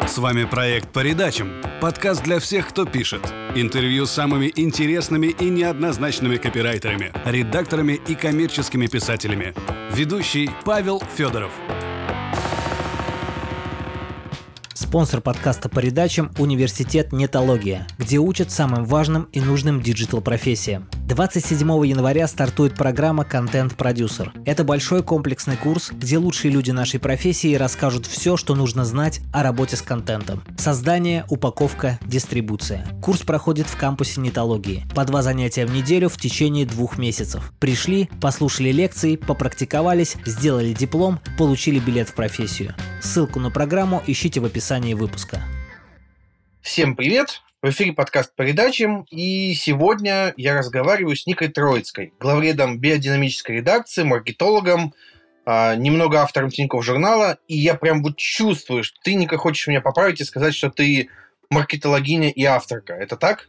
С вами проект «По редачам» – подкаст для всех, кто пишет. Интервью с самыми интересными и неоднозначными копирайтерами, редакторами и коммерческими писателями. Ведущий Павел Федоров. Спонсор подкаста «По редачам» – университет «Нетология», где учат самым важным и нужным диджитал-профессиям. 27 января стартует программа «Контент-продюсер». Это большой комплексный курс, где лучшие люди нашей профессии расскажут все, что нужно знать о работе с контентом. Создание, упаковка, дистрибуция. Курс проходит в кампусе Нетологии. По 2 занятия в неделю в течение 2 месяцев. Пришли, послушали лекции, попрактиковались, сделали диплом, получили билет в профессию. Ссылку на программу ищите в описании выпуска. Всем привет! В эфире подкаст «По редачам», и сегодня я разговариваю с Никой Троицкой, главредом биодинамической редакции, маркетологом, немного автором Тинькофф журнала, и я прям вот чувствую, что ты, Ника, хочешь меня поправить и сказать, что ты маркетологиня и авторка. Это так?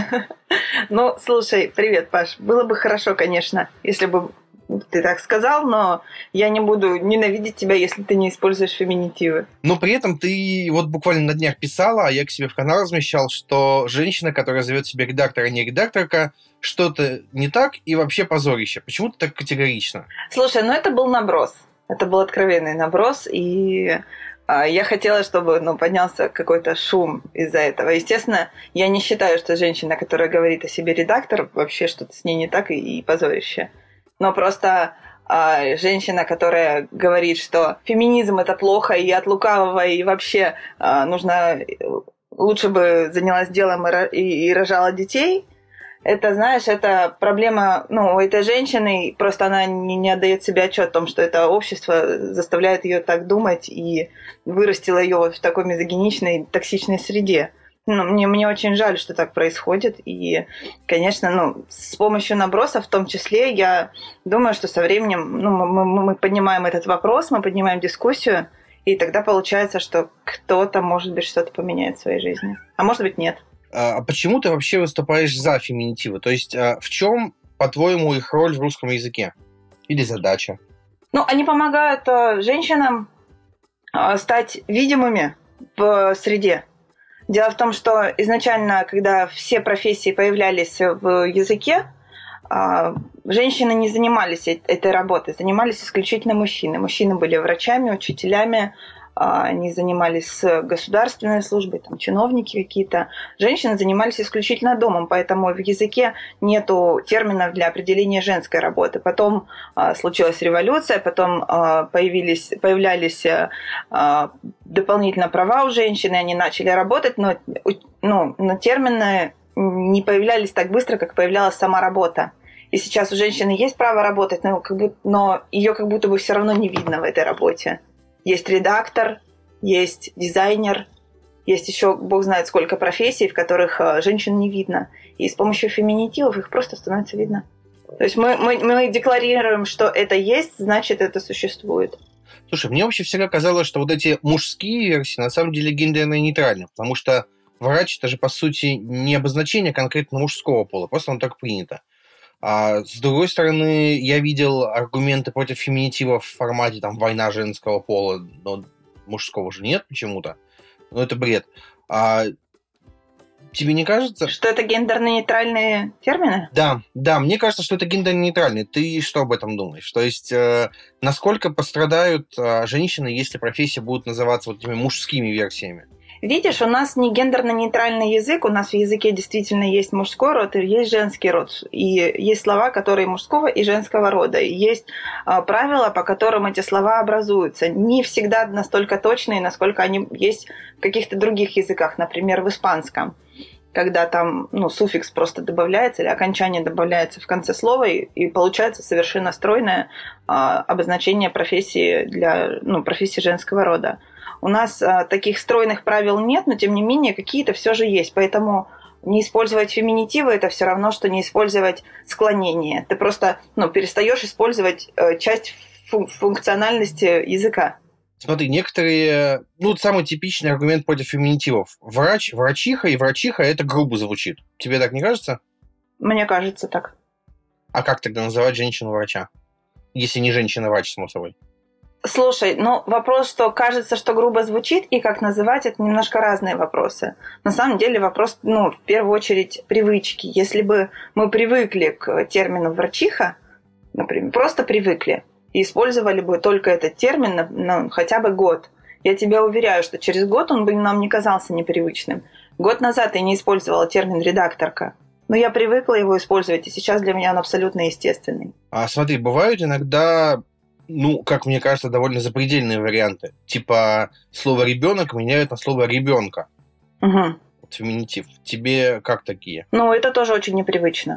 Ну, слушай, привет, Паш. Было бы хорошо, конечно, если бы ты так сказал, но я не буду ненавидеть тебя, если ты не используешь феминитивы. Но при этом ты вот буквально на днях писала, а я к себе в канал размещал, что женщина, которая зовет себя редактор, а не редакторка, что-то не так и вообще позорище. Почему ты так категорично? Слушай, ну это был наброс. Это был откровенный наброс, и я хотела, чтобы поднялся какой-то шум из-за этого. Естественно, я не считаю, что женщина, которая говорит о себе редактор, вообще что-то с ней не так и позорище. Но просто женщина, которая говорит, что феминизм это плохо и от лукавого, и вообще нужно лучше бы занялась делом и рожала детей, это, знаешь, это проблема у этой женщины, просто она не отдает себе отчет о том, что это общество заставляет ее так думать и вырастило ее в такой мизогиничной, токсичной среде. Мне очень жаль, что так происходит. И, конечно, с помощью набросов в том числе, я думаю, что со временем мы поднимаем этот вопрос, мы поднимаем дискуссию, и тогда получается, что кто-то, может быть, что-то поменяет в своей жизни. А может быть, нет. А почему ты вообще выступаешь за феминитивы? То есть в чем, по-твоему, их роль в русском языке? Или задача? Они помогают женщинам стать видимыми в среде. Дело в том, что изначально, когда все профессии появлялись в языке, женщины не занимались этой работой, занимались исключительно мужчины. Мужчины были врачами, учителями, они занимались государственной службой, чиновники какие-то. Женщины занимались исключительно домом, поэтому в языке нету терминов для определения женской работы. Потом случилась революция, потом появлялись дополнительно права у женщин, и они начали работать, но термины не появлялись так быстро, как появлялась сама работа. И сейчас у женщины есть право работать, но ее как будто бы все равно не видно в этой работе. Есть редактор, есть дизайнер, есть еще бог знает сколько профессий, в которых женщин не видно. И с помощью феминитивов их просто становится видно. То есть мы декларируем, что это есть, значит, это существует. Слушай, мне вообще всегда казалось, что вот эти мужские версии на самом деле гендерно-нейтральны, потому что врач – это же, по сути, не обозначение конкретно мужского пола, просто оно так принято. А с другой стороны, я видел аргументы против феминитивов в формате война женского пола, но мужского же нет почему-то. Это бред. А тебе не кажется... Что это гендерно-нейтральные термины? Да, мне кажется, что это гендерно-нейтральные. Ты что об этом думаешь? То есть, насколько пострадают женщины, если профессии будут называться вот этими мужскими версиями? Видишь, у нас не гендерно-нейтральный язык, у нас в языке действительно есть мужской род и есть женский род. И есть слова, которые мужского и женского рода. И есть правила, по которым эти слова образуются. Не всегда настолько точные, насколько они есть в каких-то других языках, например, в испанском. Когда там суффикс просто добавляется или окончание добавляется в конце слова, и получается совершенно стройное обозначение профессии для профессии женского рода. У нас таких стройных правил нет, но тем не менее какие-то все же есть. Поэтому не использовать феминитивы – это все равно, что не использовать склонение. Ты просто перестаешь использовать часть функциональности языка. Смотри, некоторые... самый типичный аргумент против феминитивов. Врач, врачиха и врачиха – это грубо звучит. Тебе так не кажется? Мне кажется так. А как тогда называть женщину-врача? Если не женщина-врач, само собой. Слушай, вопрос, что кажется, что грубо звучит, и как называть, это немножко разные вопросы. На самом деле вопрос, в первую очередь, привычки. Если бы мы привыкли к термину «врачиха», например, просто привыкли, и использовали бы только этот термин хотя бы год, я тебя уверяю, что через год он бы нам не казался непривычным. Год назад я не использовала термин «редакторка», но я привыкла его использовать, и сейчас для меня он абсолютно естественный. А смотри, бывают иногда, как мне кажется, довольно запредельные варианты. Типа слово «ребенок» меняют на слово «ребенка». Угу. Феминитив. Тебе как такие? Это тоже очень непривычно.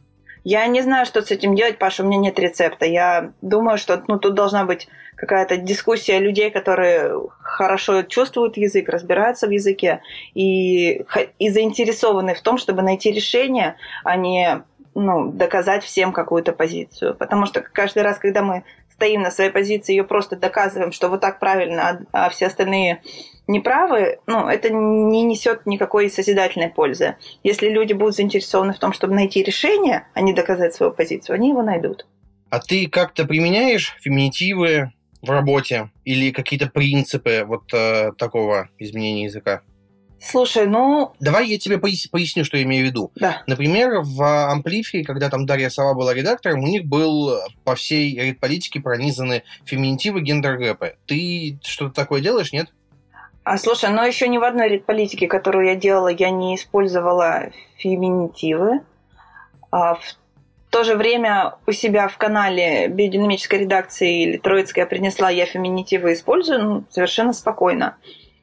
Я не знаю, что с этим делать, Паша, у меня нет рецепта. Я думаю, что тут должна быть какая-то дискуссия людей, которые хорошо чувствуют язык, разбираются в языке и заинтересованы в том, чтобы найти решение, а не доказать всем какую-то позицию. Потому что каждый раз, когда мы стоим на своей позиции, ее просто доказываем, что вот так правильно, а все остальные неправы, это не несет никакой созидательной пользы. Если люди будут заинтересованы в том, чтобы найти решение, а не доказать свою позицию, они его найдут. А ты как-то применяешь феминитивы в работе или какие-то принципы такого изменения языка? Слушай, Давай я тебе поясню, что я имею в виду. Да. Например, в Амплифе, когда там Дарья Сова была редактором, у них был по всей редполитике пронизаны феминитивы, гендер-гэпы. Ты что-то такое делаешь, нет? Слушай, еще ни в одной редполитике, которую я делала, я не использовала феминитивы. В то же время у себя в канале биодинамической редакции или Троицкая принесла, я феминитивы использую совершенно спокойно.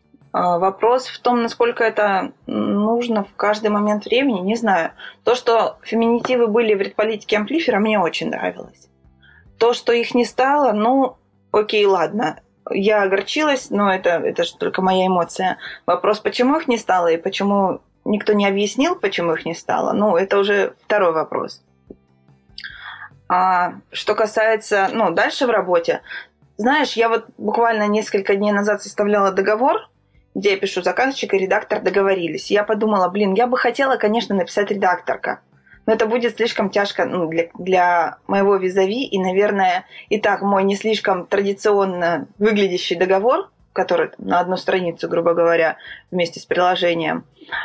Вопрос в том, насколько это нужно в каждый момент времени, не знаю. То, что феминитивы были в редполитике Амплифера, мне очень нравилось. То, что их не стало, окей, ладно. Я огорчилась, но это же только моя эмоция. Вопрос, почему их не стало и почему никто не объяснил, почему их не стало, это уже второй вопрос. А что касается, дальше в работе. Знаешь, я буквально несколько дней назад составляла договор, где я пишу: заказчик и редактор договорились. Я подумала, я бы хотела, конечно, написать редакторка. Но это будет слишком тяжко для моего визави. И, наверное, и так мой не слишком традиционно выглядящий договор, который на одну страницу, грубо говоря, вместе с приложением,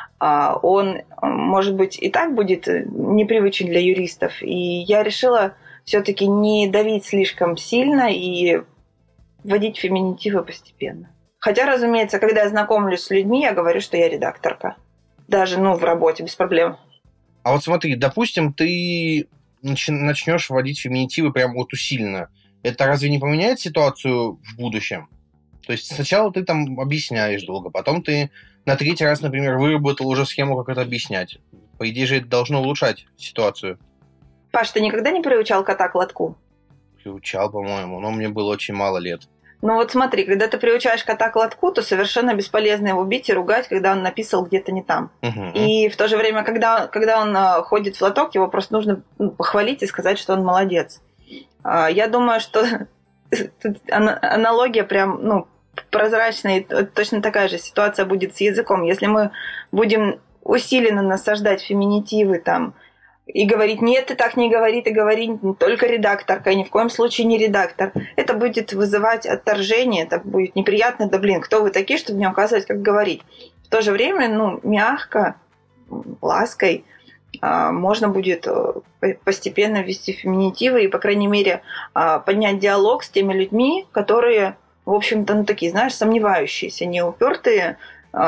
он, может быть, и так будет непривычен для юристов. И я решила все-таки не давить слишком сильно и вводить феминитивы постепенно. Хотя, разумеется, когда я знакомлюсь с людьми, я говорю, что я редакторка. Даже, в работе, без проблем. А смотри, допустим, ты начнешь вводить феминитивы прям усиленно. Это разве не поменяет ситуацию в будущем? То есть сначала ты там объясняешь долго, потом ты на третий раз, например, выработал уже схему, как это объяснять. По идее же это должно улучшать ситуацию. Паш, ты никогда не приучал кота к лотку? Приучал, по-моему, но мне было очень мало лет. Смотри, когда ты приучаешь кота к лотку, то совершенно бесполезно его бить и ругать, когда он написал где-то не там. Угу. И в то же время, когда он ходит в лоток, его просто нужно похвалить и сказать, что он молодец. Я думаю, что аналогия прям, прозрачная, и точно такая же ситуация будет с языком. Если мы будем усиленно насаждать феминитивы там, и говорить: нет, ты так не говори, ты говори только редакторка, и ни в коем случае не редактор. Это будет вызывать отторжение, это будет неприятно. Кто вы такие, чтобы мне указывать, как говорить? В то же время, мягко, лаской можно будет постепенно ввести феминитивы и, по крайней мере, поднять диалог с теми людьми, которые, в общем-то, такие, знаешь, сомневающиеся, не упертые,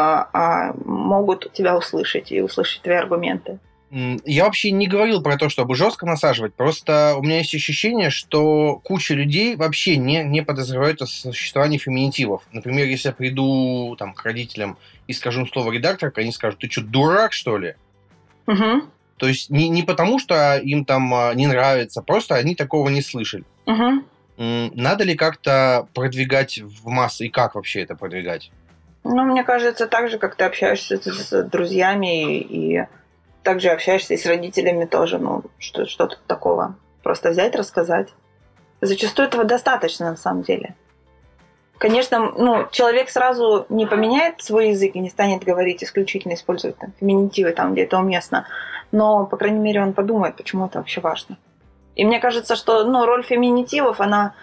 а могут тебя услышать и услышать твои аргументы. Я вообще не говорил про то, чтобы жестко насаживать, просто у меня есть ощущение, что куча людей вообще не подозревают о существовании феминитивов. Например, если я приду к родителям и скажу слово «редакторка», они скажут: ты что, дурак, что ли? Угу. То есть не потому, что им там не нравится, просто они такого не слышали. Угу. Надо ли как-то продвигать в массы, и как вообще это продвигать? Мне кажется, так же, как ты общаешься с друзьями и также общаешься и с родителями тоже. Что тут такого? Просто взять, рассказать. Зачастую этого достаточно, на самом деле. Конечно, человек сразу не поменяет свой язык и не станет говорить исключительно, использовать феминитивы там, где это уместно. Но, по крайней мере, он подумает, почему это вообще важно. И мне кажется, что роль феминитивов, она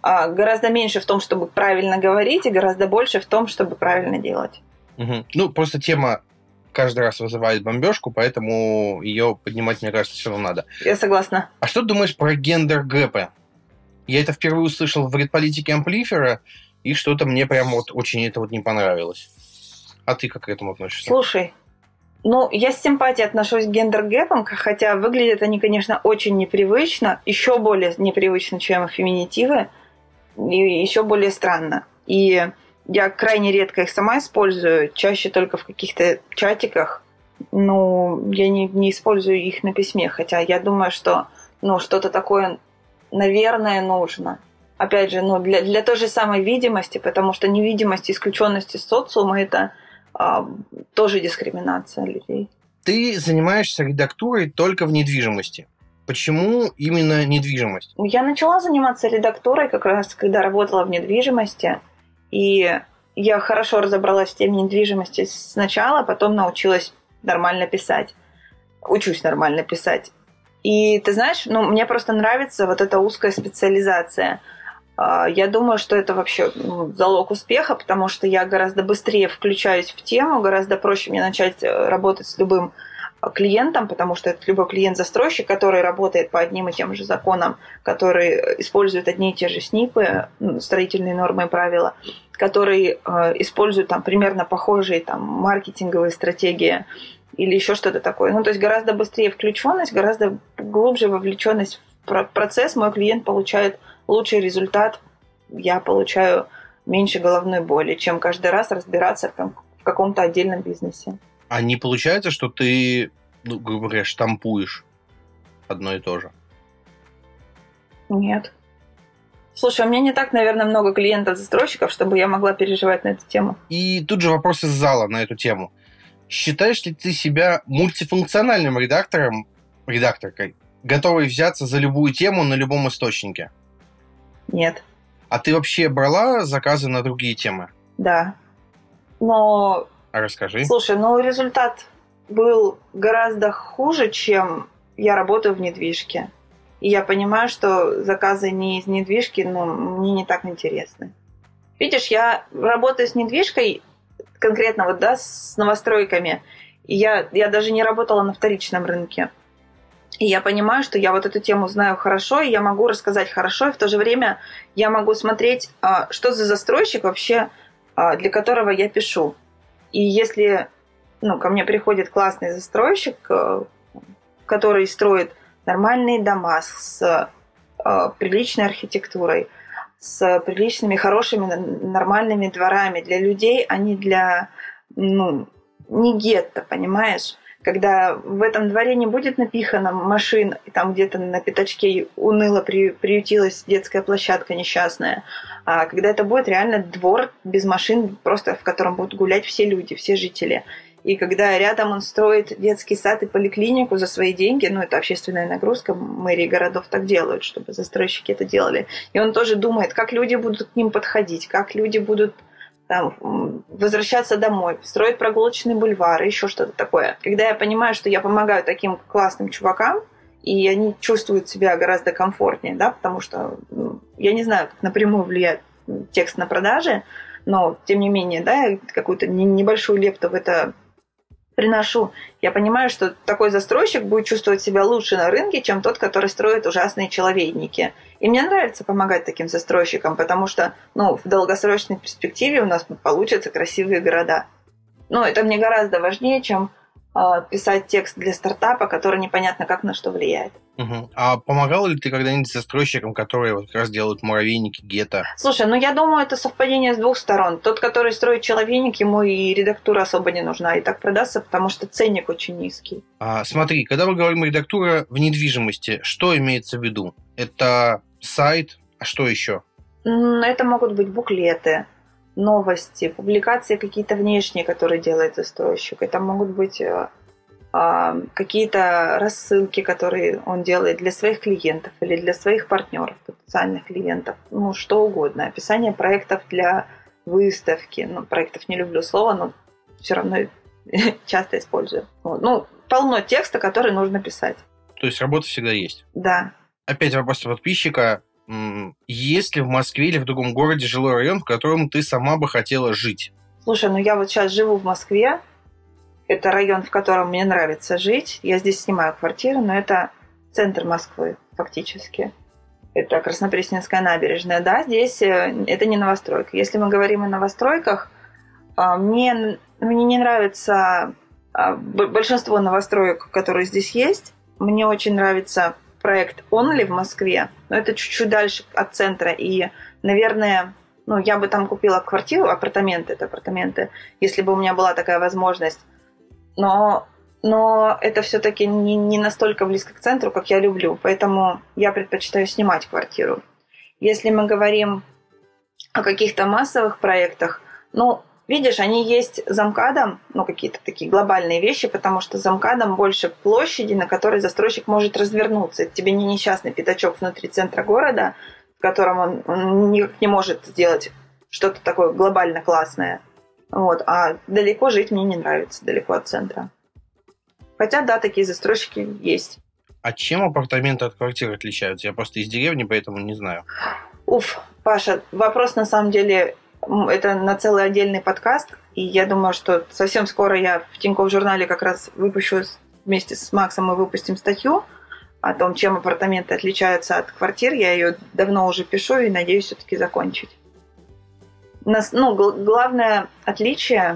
гораздо меньше в том, чтобы правильно говорить, и гораздо больше в том, чтобы правильно делать. Угу. Ну, просто тема каждый раз вызывает бомбежку, поэтому ее поднимать, мне кажется, все равно надо. Я согласна. А что ты думаешь про гендер-гэпы? Я это впервые услышал в редполитике Амплифера, и что-то мне прям вот очень это вот не понравилось. А ты как к этому относишься? Слушай, я с симпатией отношусь к гендер-гэпам, хотя выглядят они, конечно, очень непривычно, еще более непривычно, чем феминитивы, и еще более странно. И я крайне редко их сама использую, чаще только в каких-то чатиках. Я не использую их на письме, хотя я думаю, что что-то такое, наверное, нужно. Опять же, для той же самой видимости, потому что невидимость и исключенность из социума – это тоже дискриминация людей. Ты занимаешься редактурой только в недвижимости. Почему именно недвижимость? Я начала заниматься редактурой как раз, когда работала в недвижимости. И я хорошо разобралась в теме недвижимости сначала, потом научилась нормально писать. Учусь нормально писать. И ты знаешь, мне просто нравится вот эта узкая специализация. Я думаю, что это вообще залог успеха, потому что я гораздо быстрее включаюсь в тему, гораздо проще мне начать работать с любым клиентом, потому что это любой клиент-застройщик, который работает по одним и тем же законам, который использует одни и те же СНИПы, строительные нормы и правила, который использует примерно похожие маркетинговые стратегии или еще что-то такое. То есть гораздо быстрее включенность, гораздо глубже вовлеченность в процесс. Мой клиент получает лучший результат, я получаю меньше головной боли, чем каждый раз разбираться в каком-то отдельном бизнесе. А не получается, что ты, грубо говоря, штампуешь одно и то же? Нет. Слушай, у меня не так, наверное, много клиентов-застройщиков, чтобы я могла переживать на эту тему. И тут же вопрос из зала на эту тему. Считаешь ли ты себя мультифункциональным редакторкой, готовой взяться за любую тему на любом источнике? Нет. А ты вообще брала заказы на другие темы? Да. Но... Расскажи. Слушай, результат был гораздо хуже, чем я работаю в недвижке. И я понимаю, что заказы не из недвижки, мне не так интересны. Видишь, я работаю с недвижкой, конкретно с новостройками. И я даже не работала на вторичном рынке. И я понимаю, что я вот эту тему знаю хорошо, и я могу рассказать хорошо, и в то же время я могу смотреть, что за застройщик вообще, для которого я пишу. И если ко мне приходит классный застройщик, который строит нормальные дома с приличной архитектурой, с приличными, хорошими, нормальными дворами для людей, а не для, не гетто, понимаешь? Когда в этом дворе не будет напихано машин, и там где-то на пятачке уныло приютилась детская площадка несчастная, а когда это будет реально двор без машин, просто в котором будут гулять все люди, все жители. И когда рядом он строит детский сад и поликлинику за свои деньги, это общественная нагрузка, мэрии городов так делают, чтобы застройщики это делали. И он тоже думает, как люди будут к ним подходить, как люди будут возвращаться домой, строить прогулочные бульвары, еще что-то такое. Когда я понимаю, что я помогаю таким классным чувакам, и они чувствуют себя гораздо комфортнее, потому что я не знаю, как напрямую влияет текст на продажи, но тем не менее, я какую-то небольшую лепту в это приношу. Я понимаю, что такой застройщик будет чувствовать себя лучше на рынке, чем тот, который строит ужасные человейники. И мне нравится помогать таким застройщикам, потому что в долгосрочной перспективе у нас получатся красивые города. Это мне гораздо важнее, чем писать текст для стартапа, который непонятно как на что влияет. Угу. А помогала ли ты когда-нибудь застройщикам, которые как раз делают муравейники, гетто? Слушай, я думаю, это совпадение с двух сторон. Тот, который строит человейник, ему и редактура особо не нужна, и так продастся, потому что ценник очень низкий. Смотри, когда мы говорим редактура в недвижимости, что имеется в виду? Это сайт, а что еще? Это могут быть буклеты, новости, публикации какие-то внешние, которые делает застройщик. Это могут быть какие-то рассылки, которые он делает для своих клиентов или для своих партнеров, потенциальных клиентов, что угодно. Описание проектов для выставки. Проектов не люблю слово, но все равно часто использую. Полно текста, который нужно писать. То есть работа всегда есть? Да. Опять вопрос подписчика. есть ли в Москве или в другом городе жилой район, в котором ты сама бы хотела жить? Слушай, ну я вот сейчас живу в Москве. Это район, в котором мне нравится жить. Я здесь снимаю квартиру, но это центр Москвы фактически. Это Краснопресненская набережная. Да, здесь это не новостройка. Если мы говорим о новостройках, мне не нравится большинство новостроек, которые здесь есть. Мне очень нравится проект Only в Москве, но это чуть-чуть дальше от центра. И, наверное, я бы там купила квартиру, апартаменты, если бы у меня была такая возможность. Но это все-таки не настолько близко к центру, как я люблю. Поэтому я предпочитаю снимать квартиру. Если мы говорим о каких-то массовых проектах, видишь, они есть за МКАДом, какие-то такие глобальные вещи, потому что за МКАДом больше площади, на которой застройщик может развернуться. Это тебе не несчастный пятачок внутри центра города, в котором он никак не может сделать что-то такое глобально классное. А далеко жить мне не нравится, далеко от центра. Хотя, да, такие застройщики есть. А чем апартаменты от квартиры отличаются? Я просто из деревни, поэтому не знаю. Паша, вопрос на самом деле, это на целый отдельный подкаст. И я думаю, что совсем скоро я в Тинькофф журнале как раз выпущу вместе с Максом, мы выпустим статью о том, чем апартаменты отличаются от квартир. Я ее давно уже пишу и надеюсь все-таки закончить. Главное отличие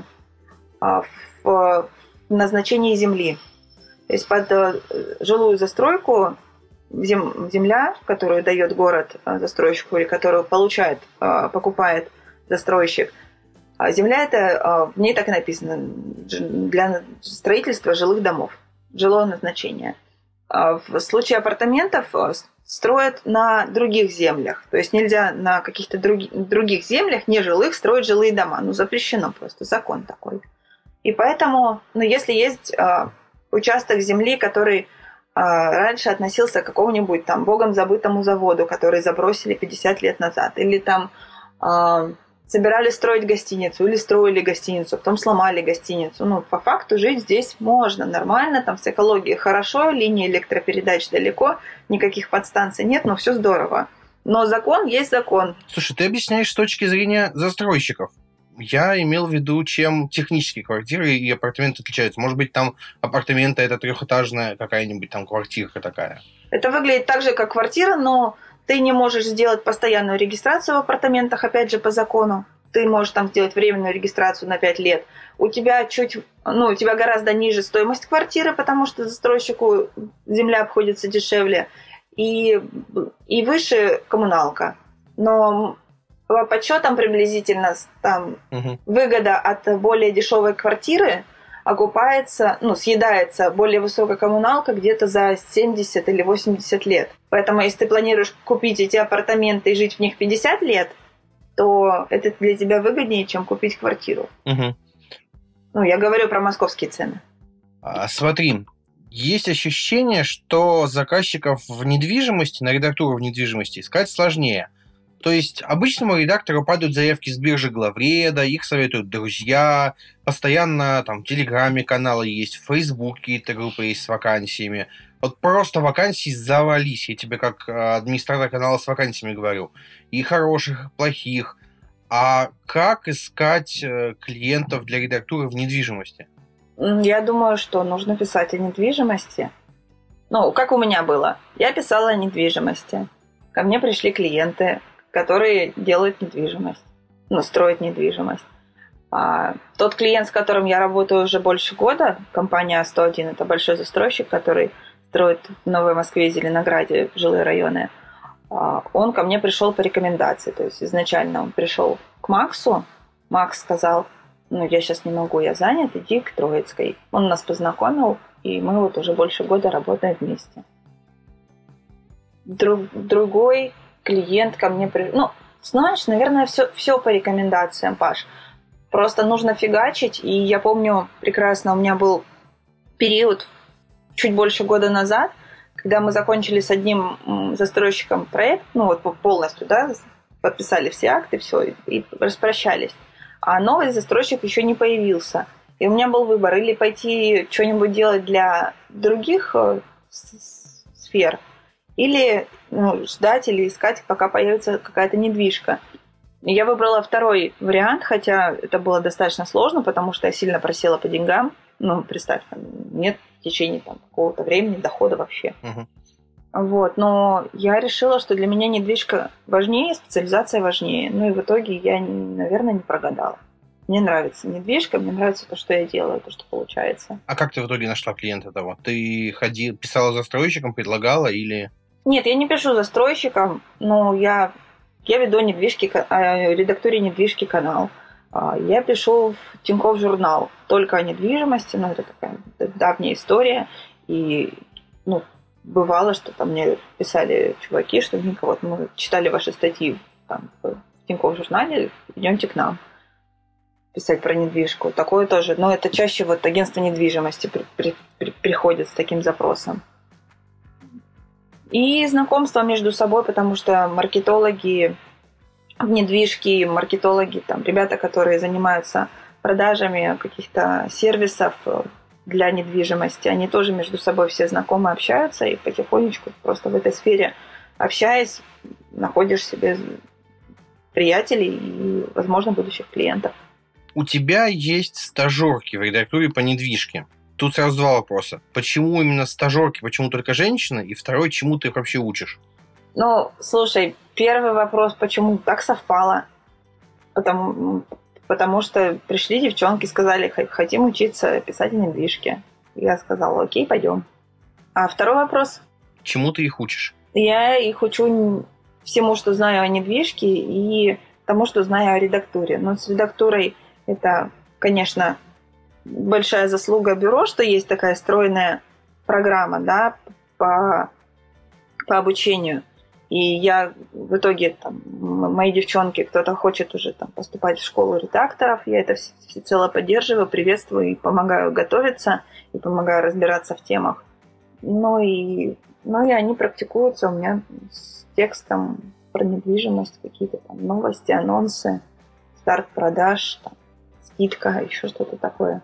в назначении земли. То есть под жилую застройку земля, которую дает город застройщику или которую покупает застройщик, земля это, в ней так и написано, для строительства жилых домов, жилое назначение. В случае апартаментов строят на других землях. То есть нельзя на каких-то других землях, нежилых, строить жилые дома. Запрещено просто, закон такой. И поэтому, если есть участок земли, который раньше относился к какому-нибудь там богом забытому заводу, который забросили 50 лет назад, или там собирались строить гостиницу, или строили гостиницу, потом сломали гостиницу. По факту жить здесь можно нормально, там с экологией хорошо, линии электропередач далеко, никаких подстанций нет, но все здорово. Но закон есть закон. Слушай, ты объясняешь с точки зрения застройщиков. Я имел в виду, чем технические квартиры и апартаменты отличаются. Может быть, там апартаменты это трехэтажная какая-нибудь там квартирка такая. Это выглядит так же, как квартира, но ты не можешь сделать постоянную регистрацию в апартаментах, опять же, по закону. Ты можешь там сделать временную регистрацию на 5 лет. У тебя гораздо ниже стоимость квартиры, потому что застройщику земля обходится дешевле, и выше коммуналка. Но по подсчетам приблизительно там выгода от более дешевой квартиры окупается, съедается более высокая коммуналка где-то за 70 или 80 лет. Поэтому если ты планируешь купить эти апартаменты и жить в них 50 лет, то это для тебя выгоднее, чем купить квартиру. Я говорю про московские цены. Смотри, есть ощущение, что заказчиков в недвижимости, на редактуру в недвижимости искать сложнее. То есть обычному редактору падают заявки с биржи главреда, их советуют друзья, постоянно там в Телеграме каналы есть, в Фейсбуке какие-то группы есть с вакансиями. Просто вакансии завались, я тебе как администратор канала с вакансиями говорю. И хороших, и плохих. А как искать клиентов для редактуры в недвижимости? Я думаю, что нужно писать о недвижимости. Как у меня было. Я писала о недвижимости. Ко мне пришли клиенты, которые делают недвижимость, строят недвижимость. Тот клиент, с которым я работаю уже больше года, компания А101, это большой застройщик, который строит в Новой Москве и Зеленограде жилые районы, он ко мне пришел по рекомендации. То есть изначально он пришел к Максу, Макс сказал, я сейчас не могу, я занят, иди к Троицкой. Он нас познакомил, и мы уже больше года работаем вместе. Другой клиент ко мне... знаешь, наверное, все по рекомендациям, Паш. Просто нужно фигачить. И я помню прекрасно, у меня был период чуть больше года назад, когда мы закончили с одним застройщиком проект, полностью, да, подписали все акты, все, и распрощались. А новый застройщик еще не появился. И у меня был выбор, или пойти что-нибудь делать для других сфер, или ждать или искать, пока появится какая-то недвижка. Я выбрала второй вариант, хотя это было достаточно сложно, потому что я сильно просела по деньгам. Представь, нет в течение какого-то времени дохода вообще. Вот, но я решила, что для меня недвижка важнее, специализация важнее. И в итоге я, наверное, не прогадала. Мне нравится недвижка, мне нравится то, что я делаю, то, что получается. А как ты в итоге нашла клиента того? Ты писала застройщикам, предлагала или... Нет, я не пишу застройщикам, но я веду редактуре недвижки канал. Я пишу в Тинькофф журнал только о недвижимости, это такая давняя история. И, бывало, что там мне писали чуваки, что мы читали ваши статьи в Тинькофф журнале, идемте к нам писать про недвижку. Такое тоже. Но это чаще агентство недвижимости приходит с таким запросом. И знакомство между собой, потому что маркетологи в недвижке, маркетологи, ребята, которые занимаются продажами каких-то сервисов для недвижимости, они тоже между собой все знакомы, общаются, и потихонечку просто в этой сфере, общаясь, находишь себе приятелей и, возможно, будущих клиентов. У тебя есть стажерки в редактуре по недвижке. Тут сразу два вопроса. Почему именно стажерки, почему только женщины? И второй, чему ты их вообще учишь? Слушай, первый вопрос, почему так совпало? Потому что пришли девчонки, сказали, хотим учиться писать о недвижке. Я сказала, окей, пойдем. А второй вопрос? Чему ты их учишь? Я их учу всему, что знаю о недвижке, и тому, что знаю о редактуре. Но с редактурой это, конечно, большая заслуга бюро, что есть такая стройная программа, по обучению. И я в итоге, мои девчонки, кто-то хочет уже поступать в школу редакторов, я это всецело поддерживаю, приветствую и помогаю готовиться, и помогаю разбираться в темах. И они практикуются у меня с текстом про недвижимость, какие-то новости, анонсы, старт продаж, скидка, еще что-то такое.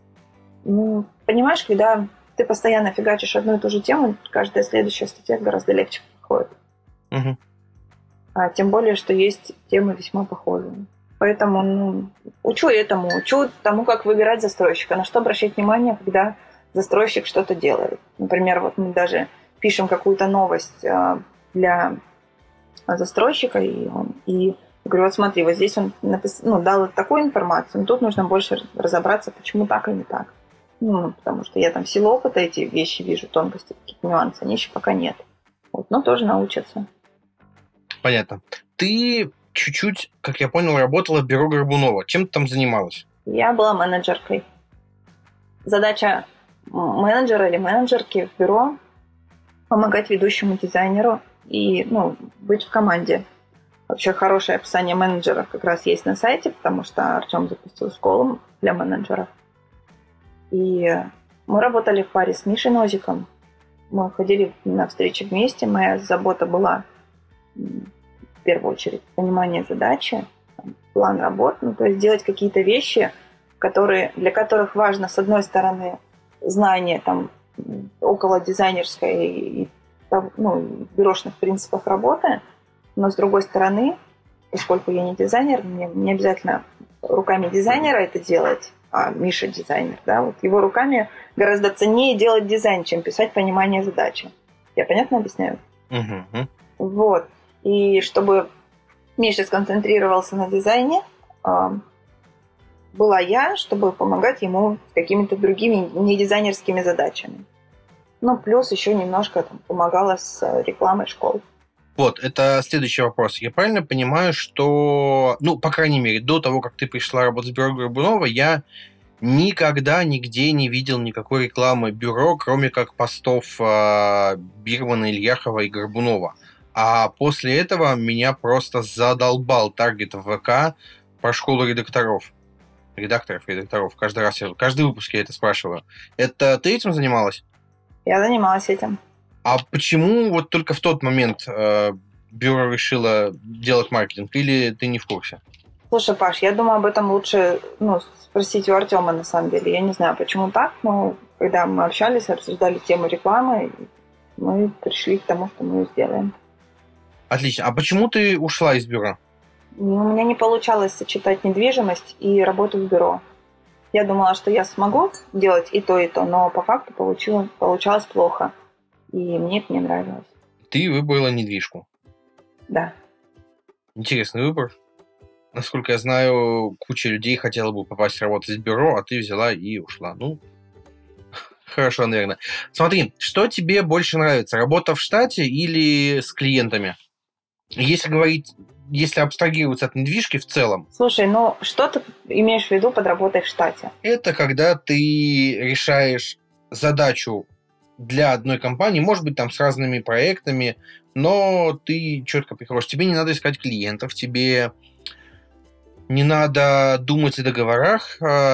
Понимаешь, когда ты постоянно фигачишь одну и ту же тему, каждая следующая статья гораздо легче проходит. Угу. А тем более, что есть темы весьма похожие. Поэтому учу этому, учу тому, как выбирать застройщика, на что обращать внимание, когда застройщик что-то делает. Например, мы даже пишем какую-то новость для застройщика, и говорю, смотри, здесь он дал такую информацию, но тут нужно больше разобраться, почему так и не так. Потому что я в силу опыта эти вещи вижу, тонкости, какие-то нюансы, они еще пока нет. Но тоже научатся. Понятно. Ты чуть-чуть, как я понял, работала в бюро Горбунова. Чем ты там занималась? Я была менеджеркой. Задача менеджера или менеджерки в бюро – помогать ведущему дизайнеру и быть в команде. Вообще хорошее описание менеджеров как раз есть на сайте, потому что Артем запустил школу для менеджеров. И мы работали в паре с Мишей Нозиком. Мы ходили на встречи вместе. Моя забота была в первую очередь понимание задачи, план работ, то есть делать какие-то вещи, для которых важно, с одной стороны, знание около дизайнерской и бюрошных принципов работы, но с другой стороны, поскольку я не дизайнер, мне не обязательно руками дизайнера это делать, а Миша дизайнер, его руками гораздо ценнее делать дизайн, чем писать понимание задачи. Я понятно объясняю? Угу. И чтобы Миша сконцентрировался на дизайне, была я, чтобы помогать ему с какими-то другими недизайнерскими задачами. Плюс еще немножко помогала с рекламой школ. Это следующий вопрос. Я правильно понимаю, что, по крайней мере, до того, как ты пришла работать в бюро Горбунова, я никогда нигде не видел никакой рекламы бюро, кроме как постов Бирмана, Ильяхова и Горбунова. А после этого меня просто задолбал таргет в ВК про школу редакторов. Редакторов. Каждый выпуск я это спрашиваю. Это ты этим занималась? Я занималась этим. А почему только в тот момент бюро решило делать маркетинг? Или ты не в курсе? Слушай, Паш, я думаю, об этом лучше спросить у Артема, на самом деле. Я не знаю, почему так, но когда мы общались, обсуждали тему рекламы, мы пришли к тому, что мы сделаем. Отлично. А почему ты ушла из бюро? У меня не получалось сочетать недвижимость и работу в бюро. Я думала, что я смогу делать и то, но по факту получалось плохо. И мне это не нравилось. Ты выбрала недвижку. Да. Интересный выбор. Насколько я знаю, куча людей хотела бы попасть работать в бюро, а ты взяла и ушла. Хорошо, наверное. Смотри, что тебе больше нравится? Работа в штате или с клиентами? Если абстрагироваться от недвижки в целом. Слушай, что ты имеешь в виду под работой в штате? Это когда ты решаешь задачу для одной компании, может быть, там с разными проектами, но ты четко приходишь. Тебе не надо искать клиентов, тебе не надо думать о договорах,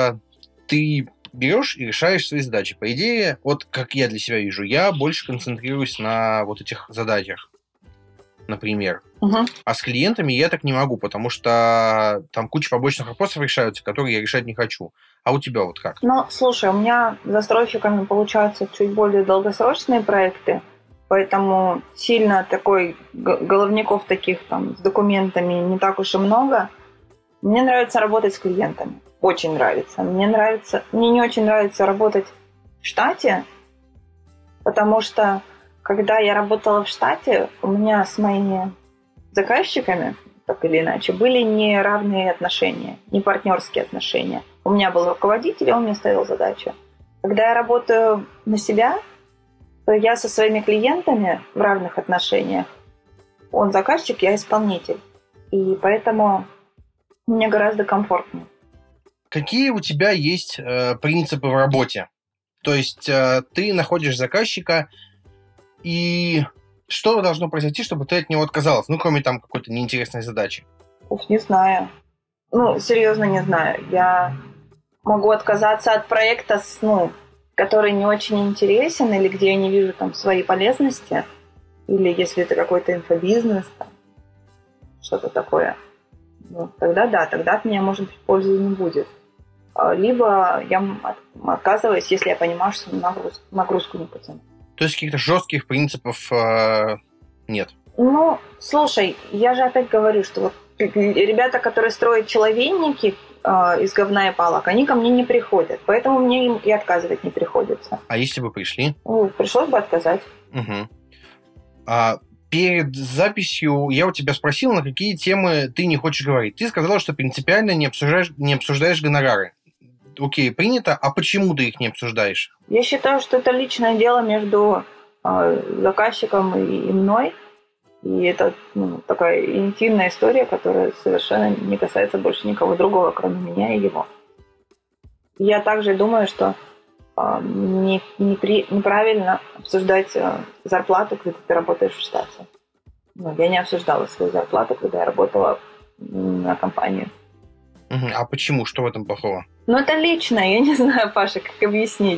ты берешь и решаешь свои задачи. По идее, вот как я для себя вижу, я больше концентрируюсь на вот этих задачах, например. Угу. А с клиентами я так не могу, потому что там куча побочных вопросов решаются, которые я решать не хочу. А у тебя вот как? Слушай, у меня с застройщиками получаются чуть более долгосрочные проекты, поэтому сильно головников таких там с документами не так уж и много. Мне нравится работать с клиентами. Очень нравится. Мне не очень нравится работать в штате, потому что когда я работала в штате, у меня с моими заказчиками, так или иначе, были не равные отношения, не партнерские отношения. У меня был руководитель, он мне ставил задачи. Когда я работаю на себя, то я со своими клиентами в равных отношениях. Он заказчик, я исполнитель. И поэтому мне гораздо комфортнее. Какие у тебя есть принципы в работе? То есть ты находишь заказчика, и что должно произойти, чтобы ты от него отказалась? Кроме там какой-то неинтересной задачи. Не знаю. Серьезно не знаю. Я могу отказаться от проекта, который не очень интересен, или где я не вижу там своей полезности, или если это какой-то инфобизнес, там, что-то такое. Тогда да, тогда от меня, может быть, пользы не будет. Либо я отказываюсь, если я понимаю, что нагрузку не потяну. То есть каких-то жестких принципов нет? Слушай, я же опять говорю, что вот ребята, которые строят человейники из говна и палок, они ко мне не приходят, поэтому мне им и отказывать не приходится. А если бы пришли? Пришлось бы отказать. Угу. Перед записью я у тебя спросил, на какие темы ты не хочешь говорить. Ты сказала, что принципиально не обсуждаешь гонорары. Окей, принято. А почему ты их не обсуждаешь? Я считаю, что это личное дело между заказчиком и мной. И это такая интимная история, которая совершенно не касается больше никого другого, кроме меня и его. Я также думаю, что неправильно обсуждать зарплату, когда ты работаешь в штате. Я не обсуждала свою зарплату, когда я работала на компанию. А почему? Что в этом плохого? Это лично, я не знаю, Паша, как объяснить.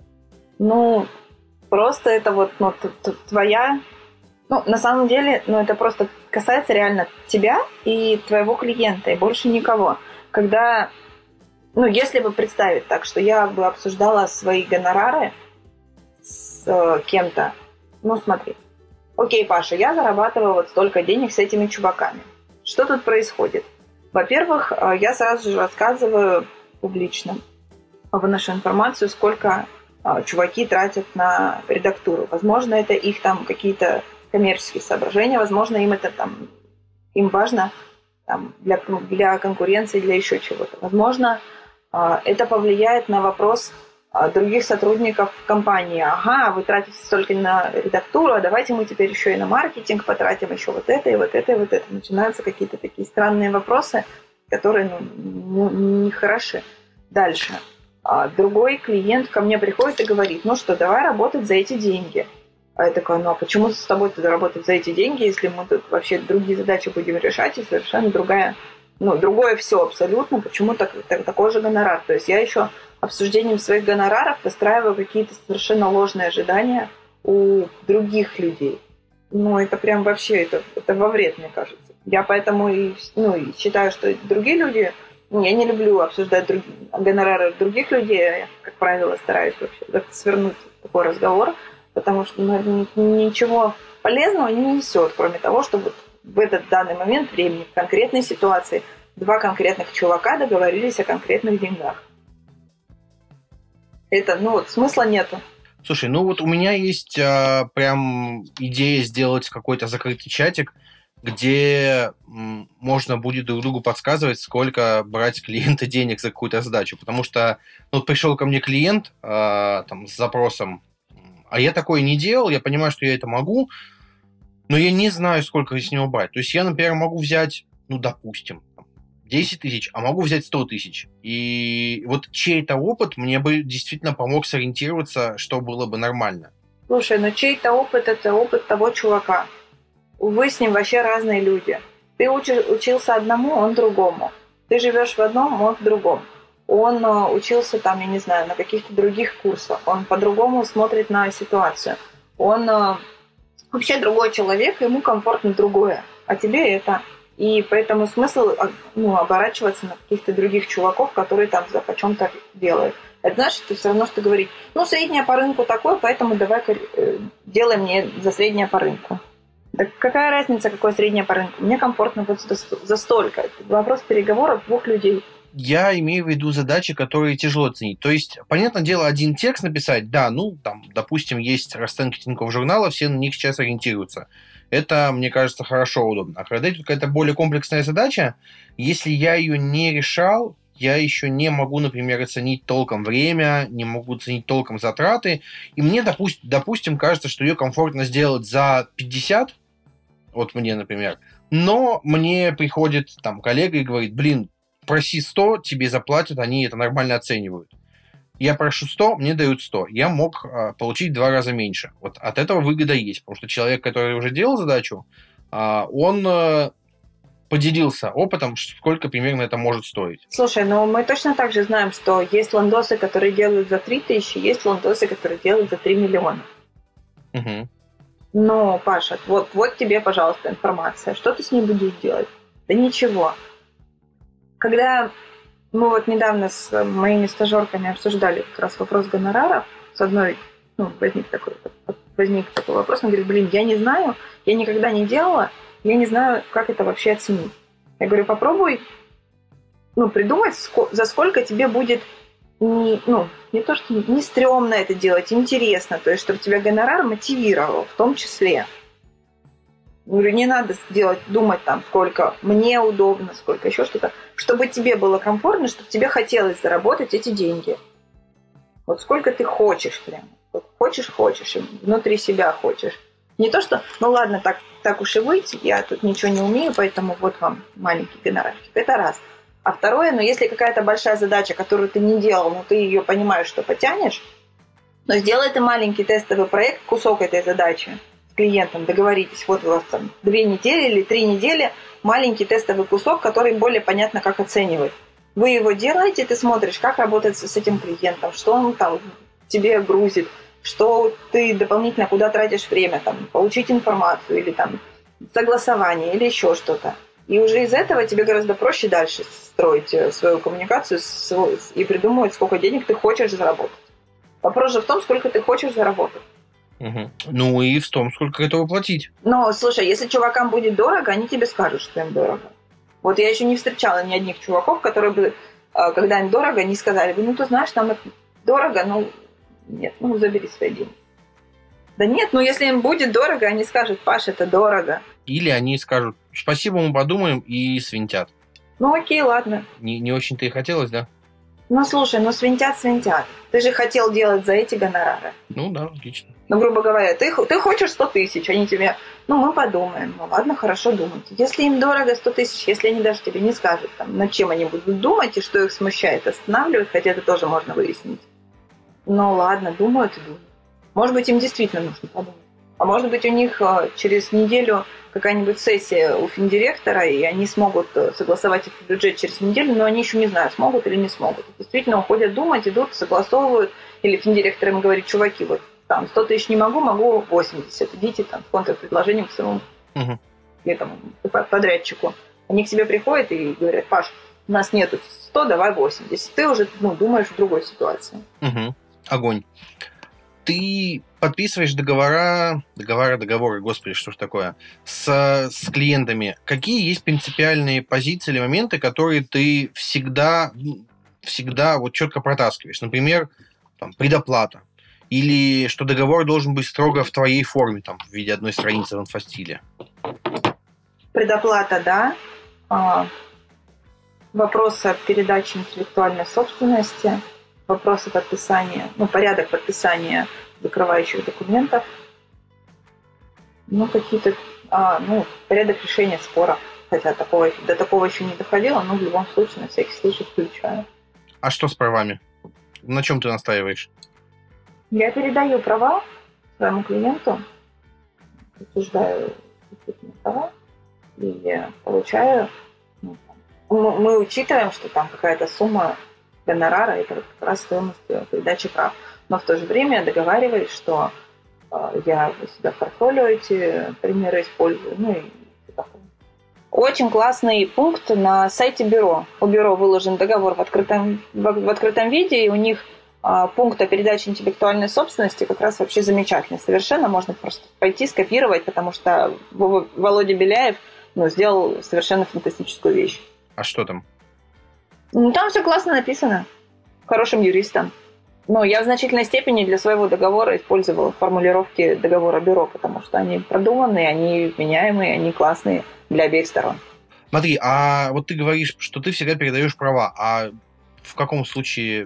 Просто это твоя... на самом деле, это просто касается реально тебя и твоего клиента, и больше никого. Когда... если бы представить так, что я бы обсуждала свои гонорары с кем-то. Смотри. Окей, Паша, я зарабатываю вот столько денег с этими чуваками. Что тут происходит? Во-первых, я сразу же рассказываю публично, выношу информацию, сколько чуваки тратят на редактуру. Возможно, это их там какие-то коммерческие соображения, возможно, им важно для конкуренции, для еще чего-то. Возможно, это повлияет на вопрос других сотрудников компании. Ага, вы тратите столько на редактуру, а давайте мы теперь еще и на маркетинг потратим, еще вот это, и вот это, и вот это. Начинаются какие-то такие странные вопросы, которые не хороши. Дальше. Другой клиент ко мне приходит и говорит, давай работать за эти деньги. А я такая, а почему с тобой тогда работать за эти деньги, если мы тут вообще другие задачи будем решать, и совершенно другое все абсолютно, почему такой же гонорар? То есть я еще обсуждением своих гонораров выстраиваю какие-то совершенно ложные ожидания у других людей. Это прям вообще, это во вред, мне кажется. Я поэтому и считаю, что другие люди, я не люблю обсуждать гонорары других людей, я, как правило, стараюсь вообще свернуть такой разговор. потому что ничего полезного не несет, кроме того, чтобы в этот данный момент времени, в конкретной ситуации, два конкретных чувака договорились о конкретных деньгах. Это, смысла нету. Слушай, у меня есть прям идея сделать какой-то закрытый чатик, где можно будет друг другу подсказывать, сколько брать клиента денег за какую-то задачу. Потому что пришел ко мне клиент с запросом, а я такое не делал, я понимаю, что я это могу, но я не знаю, сколько с него брать. То есть я, например, могу взять, допустим, 10 тысяч, а могу взять 100 тысяч. И вот чей-то опыт мне бы действительно помог сориентироваться, что было бы нормально. Слушай, чей-то опыт – это опыт того чувака. Вы с ним вообще разные люди. Ты учился одному, он другому. Ты живешь в одном, он в другом. Он учился я не знаю, на каких-то других курсах. Он по-другому смотрит на ситуацию. Он вообще другой человек, ему комфортно другое. А тебе это. И поэтому смысл оборачиваться на каких-то других чуваков, которые там о чем-то делают. Это значит, что все равно, что говорить, средняя по рынку такое, поэтому давай делай мне за среднее по рынку. Да какая разница, какое среднее по рынку? Мне комфортно вот за столько. Это вопрос переговоров двух людей. Я имею в виду задачи, которые тяжело оценить. То есть, понятное дело, один текст написать, да, допустим, есть расценки Тинькофф журнала, все на них сейчас ориентируются. Это, мне кажется, хорошо, удобно. А когда это какая-то более комплексная задача, если я ее не решал, я еще не могу, например, оценить толком время, не могу оценить толком затраты, и мне, допустим, кажется, что ее комфортно сделать за 50, вот мне, например, но мне приходит коллега и говорит, проси 100, тебе заплатят, они это нормально оценивают. Я прошу 100, мне дают 100. Я мог получить в 2 раза меньше. Вот от этого выгода есть, потому что человек, который уже делал задачу, он поделился опытом, сколько примерно это может стоить. Слушай, мы точно так же знаем, что есть ландосы, которые делают за 3000, есть ландосы, которые делают за 3 миллиона. Угу. Паша, вот тебе, пожалуйста, информация. Что ты с ней будешь делать? Да ничего. Когда мы недавно с моими стажерками обсуждали как раз вопрос гонораров, с одной, возник такой вопрос, он говорит, я не знаю, я никогда не делала, я не знаю, как это вообще оценить. Я говорю, попробуй, придумать, за сколько тебе будет не то, что не стрёмно это делать, интересно, то есть, чтобы тебя гонорар мотивировал в том числе. Говорю, не надо думать сколько мне удобно, сколько еще что-то, чтобы тебе было комфортно, чтобы тебе хотелось заработать эти деньги. Вот сколько ты хочешь прямо. Вот хочешь, и внутри себя хочешь. Не то, что, ладно, так уж и выйти, я тут ничего не умею, поэтому вот вам маленький гонорарчик. Это раз. А второе, если какая-то большая задача, которую ты не делал, но ты ее понимаешь, что потянешь, но сделай ты маленький тестовый проект, кусок этой задачи, клиентом договоритесь, вот у вас 2 недели или 3 недели, маленький тестовый кусок, который более понятно, как оценивать. Вы его делаете, ты смотришь, как работать с этим клиентом, что он тебе грузит, что ты дополнительно куда тратишь время, получить информацию или согласование или еще что-то. И уже из этого тебе гораздо проще дальше строить свою коммуникацию и придумывать, сколько денег ты хочешь заработать. Вопрос же в том, сколько ты хочешь заработать. Угу. И в том, сколько готовы платить. Слушай, если чувакам будет дорого, они тебе скажут, что им дорого. Вот я еще не встречала ни одних чуваков, которые бы, когда им дорого, не сказали бы, ты знаешь, нам это дорого, нет, забери свои деньги. Да нет, если им будет дорого, они скажут, Паш, это дорого. Или они скажут, спасибо, мы подумаем, и свинтят. Окей, ладно. Не очень-то и хотелось, да? Слушай, свинтят. Ты же хотел делать за эти гонорары. Да, отлично. Грубо говоря, ты хочешь 100 тысяч, они тебе, мы подумаем. Ладно, хорошо, думайте. Если им дорого 100 тысяч, если они даже тебе не скажут, над чем они будут думать и что их смущает, останавливает, хотя это тоже можно выяснить. Ладно, думают и думают. Может быть, им действительно нужно подумать. А может быть, у них через неделю какая-нибудь сессия у финдиректора, и они смогут согласовать этот бюджет через неделю, но они еще не знают, смогут или не смогут. Действительно, уходят думать, идут, согласовывают, или финдиректор им говорит, чуваки, 100 тысяч не могу 80, идите с контрпредложением к своему подрядчику. Они к тебе приходят и говорят, Паш, у нас нету 100, давай 80. Ты уже думаешь в другой ситуации. Угу. Огонь. ты подписываешь договоры, господи, что ж такое, с клиентами. Какие есть принципиальные позиции или моменты, которые ты всегда вот четко протаскиваешь? Например, там, предоплата. Или что договор должен быть строго в твоей форме, там, в виде одной страницы в инфостиле? Предоплата, да. Вопросы передачи интеллектуальной собственности, вопросы подписания, порядок подписания закрывающих документов, какие-то, порядок решения спора. Хотя до такого еще не доходило, но в любом случае, на всякий случай включаю. А что с правами? На чем ты настаиваешь? Я передаю права своему клиенту, утверждаю права и получаю. Мы учитываем, что там какая-то сумма гонорара, это как раз стоимость передачи прав. Но в то же время я договариваюсь, что я у себя в портфолио эти примеры использую. И такое. Очень классный пункт на сайте бюро. У бюро выложен договор в открытом виде, и у них пункт о передаче интеллектуальной собственности как раз вообще замечательный. Совершенно можно просто пойти скопировать, потому что Володя Беляев сделал совершенно фантастическую вещь. А что там? Там все классно написано. Хорошим юристом. Но я в значительной степени для своего договора использовала формулировки договора бюро, потому что они продуманные, они вменяемые, они классные для обеих сторон. Смотри, а вот ты говоришь, что ты всегда передаешь права, а в каком случае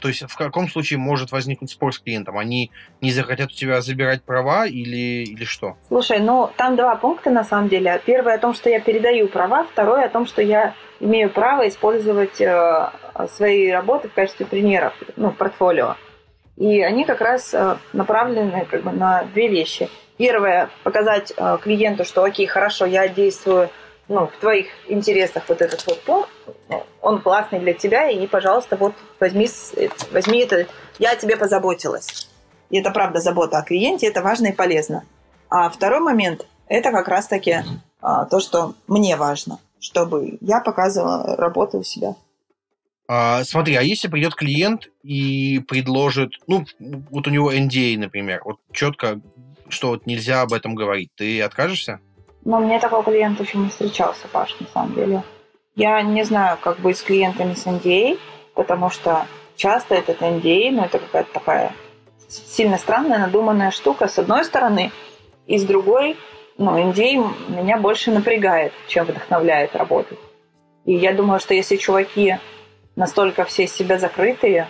может возникнуть спор с клиентом? Они не захотят у тебя забирать права или что? Слушай, там два пункта на самом деле. Первый о том, что я передаю права, второй о том, что я имею право использовать свои работы в качестве примеров, в портфолио. И они как раз направлены на две вещи. Первое, показать клиенту, что окей, хорошо, я действую в твоих интересах вот этот вот пункт, он классный для тебя, и, пожалуйста, вот возьми это, я о тебе позаботилась. И это правда забота о клиенте, это важно и полезно. А второй момент, это как раз-таки то, что мне важно, чтобы я показывала работу у себя. Смотри, а если придет клиент и предложит, вот у него NDA, например, вот четко, что вот нельзя об этом говорить, ты откажешься? Мне такой клиент еще не встречался, Паш, на самом деле. Я не знаю, как быть с клиентами с NDA, потому что часто этот NDA, это какая-то такая сильно странная, надуманная штука, с одной стороны, и с другой, NDA меня больше напрягает, чем вдохновляет работать. И я думаю, что если чуваки настолько все из себя закрытые,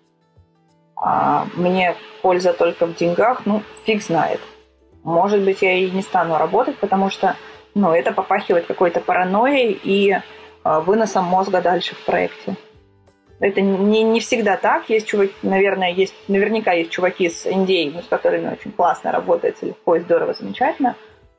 мне польза только в деньгах, фиг знает. Может быть, я и не стану работать, потому что это попахивает какой-то паранойей и выносом мозга дальше в проекте. Это не всегда так. Есть чуваки, наверняка есть чуваки с NDA, с которыми очень классно работается, легко и здорово, замечательно.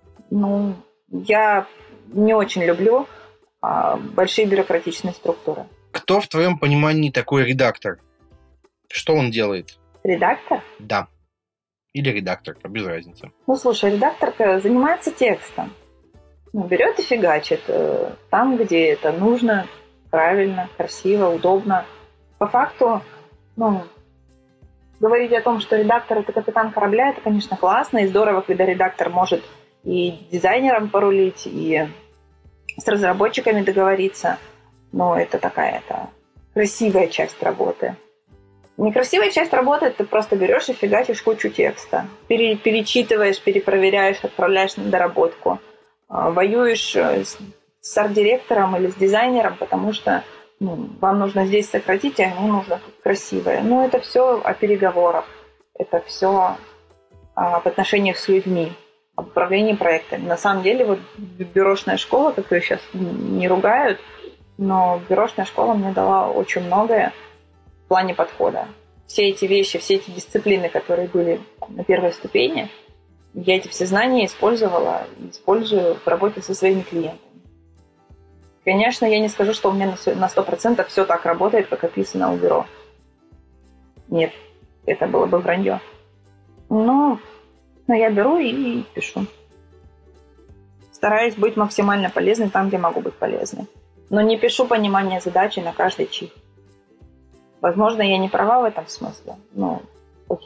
Я не очень люблю большие бюрократичные структуры. Кто в твоем понимании такой редактор? Что он делает? Редактор? Да. Или редакторка, без разницы. Слушай, редакторка занимается текстом. Берет и фигачит там, где это нужно, правильно, красиво, удобно. По факту, говорить о том, что редактор – это капитан корабля, это, конечно, классно и здорово, когда редактор может и дизайнером порулить, и с разработчиками договориться. Но это такая-то красивая часть работы. Некрасивая часть работы – ты просто берешь и фигачишь кучу текста. Перечитываешь, перепроверяешь, отправляешь на доработку. Воюешь с арт-директором или с дизайнером, потому что вам нужно здесь сократить, а ему нужно тут красивое. Это все о переговорах. Это все об отношениях с людьми, об управлении проектами. На самом деле, бюрошная школа, как ее сейчас не ругают, но бюрошная школа мне дала очень многое в плане подхода. Все эти вещи, все эти дисциплины, которые были на первой ступени, я эти все знания использовала и использую в работе со своими клиентами. Конечно, я не скажу, что у меня на 100% все так работает, как описано у бюро. Нет, это было бы вранье. Но я беру и пишу. Стараюсь быть максимально полезной там, где могу быть полезной. Но не пишу понимание задачи на каждый чих. Возможно, я не права в этом смысле. Окей.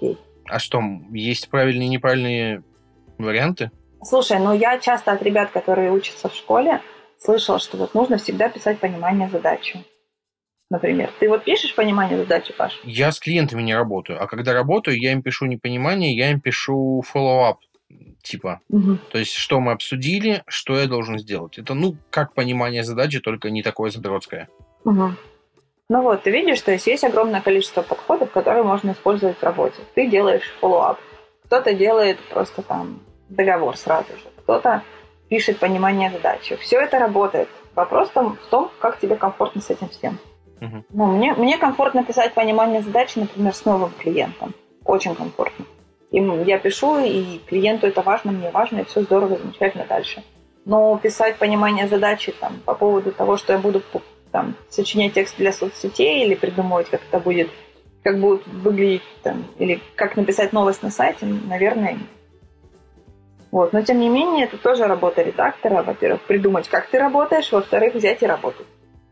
А что, есть правильные и неправильные варианты? Слушай, я часто от ребят, которые учатся в школе, слышала, что вот нужно всегда писать понимание задачи. Например, ты вот пишешь понимание задачи, Паш? Я с клиентами не работаю, а когда работаю, я им пишу не понимание, я им пишу follow-up, типа. Угу. То есть, что мы обсудили, что я должен сделать. Это, как понимание задачи, только не такое задротское. Угу. Ты видишь, то есть огромное количество подходов, которые можно использовать в работе. Ты делаешь follow-up, кто-то делает просто там договор сразу же, кто-то пишет понимание задачи. Все это работает. Вопрос в том, как тебе комфортно с этим всем. Угу. Мне комфортно писать понимание задачи, например, с новым клиентом. Очень комфортно. Я пишу, и клиенту это важно, мне важно, и все здорово, замечательно дальше. Но писать понимание задачи по поводу того, что я буду сочинять текст для соцсетей или придумывать, как будет выглядеть, или как написать новость на сайте, наверное, нет. Но тем не менее, это тоже работа редактора. Во-первых, придумать, как ты работаешь, во-вторых, взять и работать.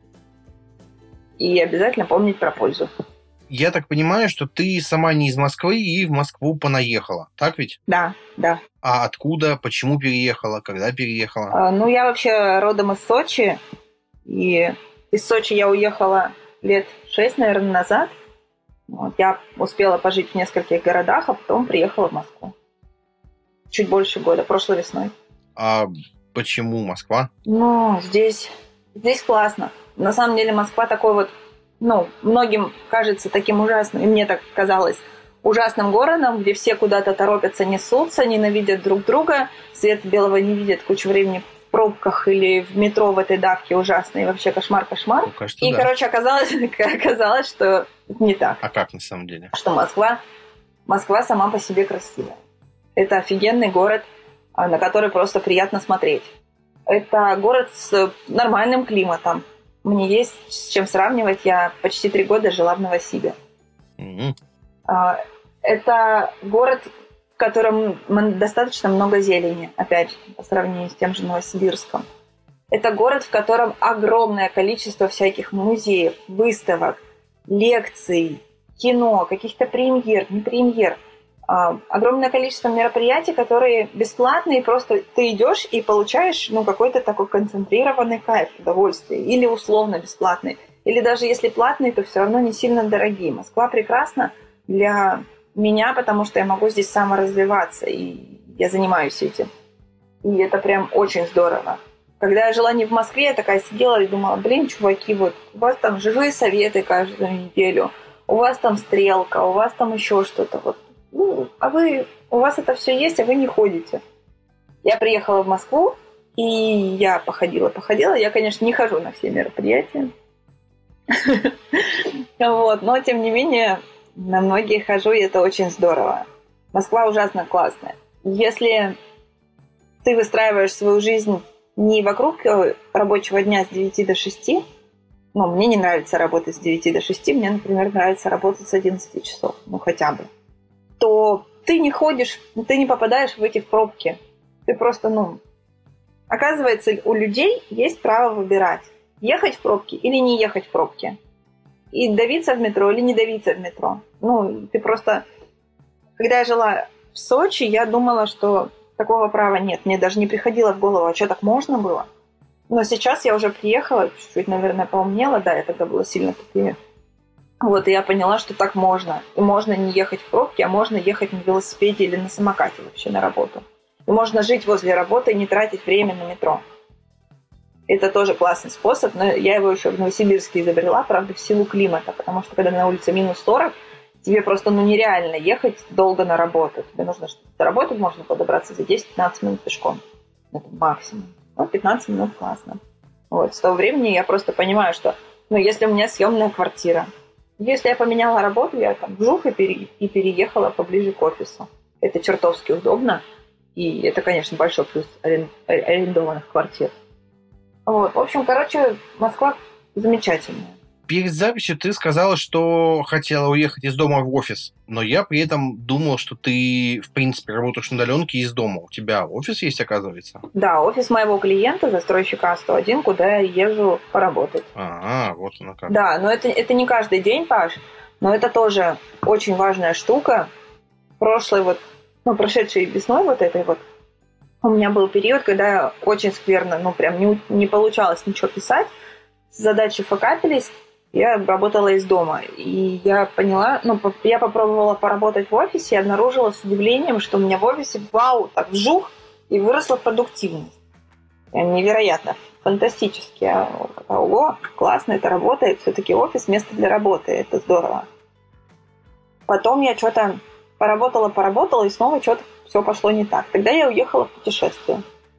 И обязательно помнить про пользу. Я так понимаю, что ты сама не из Москвы и в Москву понаехала, так ведь? Да. А откуда, почему переехала, когда переехала? Я вообще родом из Сочи. И из Сочи я уехала лет 6, наверное, назад. Я успела пожить в нескольких городах, а потом приехала в Москву. Чуть больше года, прошлой весной. А почему Москва? Здесь классно. На самом деле Москва такой многим кажется таким ужасным, и мне так казалось, ужасным городом, где все куда-то торопятся, несутся, ненавидят друг друга, света белого не видят, кучу времени в пробках или в метро в этой давке ужасно, и вообще кошмар. Кажется, и, да. Оказалось, что не так. А как на самом деле? Что Москва сама по себе красивая. Это офигенный город, на который просто приятно смотреть. Это город с нормальным климатом. Мне есть с чем сравнивать. Я почти 3 года жила в Новосибе. Mm-hmm. Это город, в котором достаточно много зелени, опять же, по сравнению с тем же Новосибирском. Это город, в котором огромное количество всяких музеев, выставок, лекций, кино, каких-то премьер, не премьер. Огромное количество мероприятий, которые бесплатные, просто ты идешь и получаешь какой-то такой концентрированный кайф, удовольствие, или условно бесплатный, или даже если платные, то все равно не сильно дорогие. Москва прекрасна для меня, потому что я могу здесь саморазвиваться, и я занимаюсь этим. И это прям очень здорово. Когда я жила не в Москве, я такая сидела и думала, чуваки, у вас там живые советы каждую неделю, у вас там стрелка, у вас там еще что-то, у вас это все есть, а вы не ходите. Я приехала в Москву, и я походила. Я, конечно, не хожу на все мероприятия. Но, тем не менее, на многие хожу, и это очень здорово. Москва ужасно классная. Если ты выстраиваешь свою жизнь не вокруг рабочего дня с 9 до 6, мне не нравится работать с 9 до 6, мне, например, нравится работать с 11 часов, хотя бы, то ты не ходишь, ты не попадаешь в эти пробки. Ты просто, Оказывается, у людей есть право выбирать, ехать в пробки или не ехать в пробки. И давиться в метро или не давиться в метро. Ты просто... Когда я жила в Сочи, я думала, что такого права нет. Мне даже не приходило в голову, а что, так можно было? Но сейчас я уже приехала, чуть-чуть, наверное, поумнела. Да, я тогда была сильно тупее. И я поняла, что так можно. И можно не ехать в пробки, а можно ехать на велосипеде или на самокате вообще на работу. И можно жить возле работы и не тратить время на метро. Это тоже классный способ, но я его еще в Новосибирске изобрела, правда, в силу климата, потому что когда на улице минус 40, тебе просто нереально ехать долго на работу. Тебе нужно, чтобы до работы можно подобраться за 10-15 минут пешком. Это максимум. 15 минут классно. С того времени я просто понимаю, что если у меня съемная квартира, если я поменяла работу, я вжух и переехала поближе к офису. Это чертовски удобно. И это, конечно, большой плюс арендованных квартир. В общем, Москва замечательная. Перед записью ты сказала, что хотела уехать из дома в офис, но я при этом думал, что ты, в принципе, работаешь на удаленке из дома. У тебя офис есть, оказывается? Да, офис моего клиента, застройщика А101, куда я езжу поработать. Вот оно как. Да, но это не каждый день, Паш, но это тоже очень важная штука. прошедшей весной вот этой вот, у меня был период, когда очень скверно, прям не получалось ничего писать, задачи факапились, я работала из дома. И я поняла, я попробовала поработать в офисе и обнаружила с удивлением, что у меня в офисе, так вжух, и выросла продуктивность. Невероятно, фантастически. Ого, классно, это работает. Все-таки офис – место для работы, это здорово. Потом я что-то поработала, и снова что-то все пошло не так. Тогда я уехала в путешествие.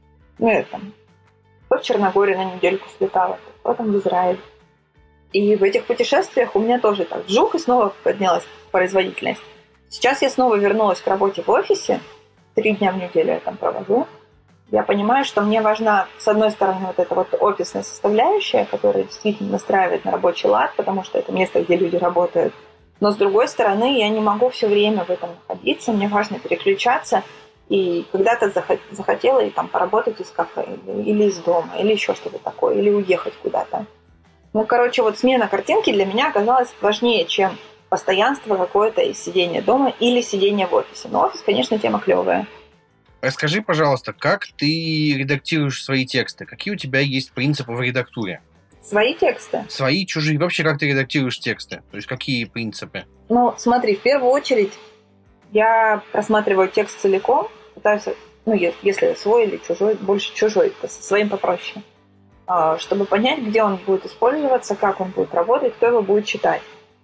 То в Черногорию на недельку слетала, потом в Израиль. И в этих путешествиях у меня тоже так вжух, и снова поднялась производительность. Сейчас я снова вернулась к работе в офисе. 3 дня в неделю я там провожу. Я понимаю, что мне важна, с одной стороны, вот эта вот офисная составляющая, которая действительно настраивает на рабочий лад, потому что это место, где люди работают. Но с другой стороны, я не могу все время в этом находиться. Мне важно переключаться. И когда-то захотела и там поработать из кафе, или из дома, или еще что-то такое, или уехать куда-то. Смена картинки для меня оказалась важнее, чем постоянство какое-то и сидение дома или сидение в офисе. Но офис, конечно, тема клевая. Расскажи, пожалуйста, как ты редактируешь свои тексты? Какие у тебя есть принципы в редактуре? Свои тексты? Свои, чужие. Вообще, как ты редактируешь тексты? То есть, какие принципы? Смотри, в первую очередь я просматриваю текст целиком, пытаюсь, если свой или чужой, больше чужой, то со своим попроще, чтобы понять, где он будет использоваться, как он будет работать, кто его будет читать.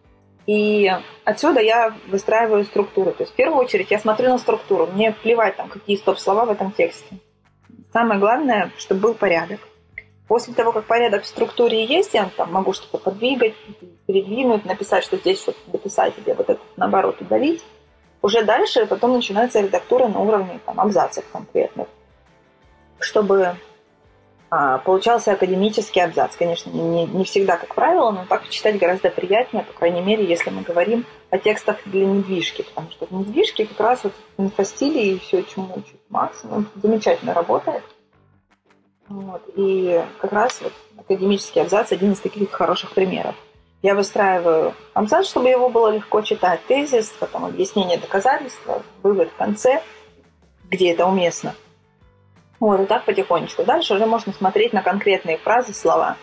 И отсюда я выстраиваю структуру. То есть в первую очередь я смотрю на структуру. Мне плевать, какие стоп-слова в этом тексте. Самое главное, чтобы был порядок. После того, как порядок в структуре есть, я могу что-то подвигать, передвинуть, написать, что здесь что-то дописать, или вот это наоборот удалить. Уже дальше потом начинается редактура на уровне абзацев конкретных, чтобы получался академический абзац. Конечно, не всегда, как правило, но так читать гораздо приятнее, по крайней мере, если мы говорим о текстах для недвижки, потому что в недвижке как раз вот в инфостиле и все, чему учит Макс, замечательно работает. И как раз академический абзац – один из таких хороших примеров. Я выстраиваю абзац, чтобы его было легко читать, тезис, потом объяснение доказательства, вывод в конце, где это уместно. И так потихонечку. Дальше уже можно смотреть на конкретные фразы, слова.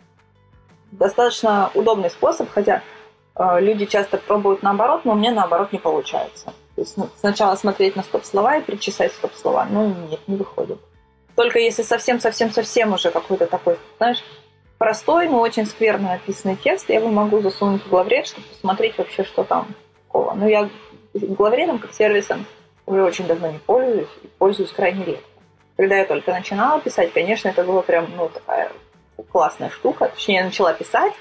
Достаточно удобный способ, хотя люди часто пробуют наоборот, но у меня наоборот не получается. То есть сначала смотреть на стоп-слова и причесать стоп-слова. Нет, не выходит. Только если совсем уже какой-то такой, простой, но очень скверно написанный текст, я его могу засунуть в главред, чтобы посмотреть вообще, что там такого. Но я главредом как сервисом уже очень давно не пользуюсь, и пользуюсь крайне редко. Когда я только начинала писать, конечно, это было прям, такая классная штука. Точнее, я начала писать,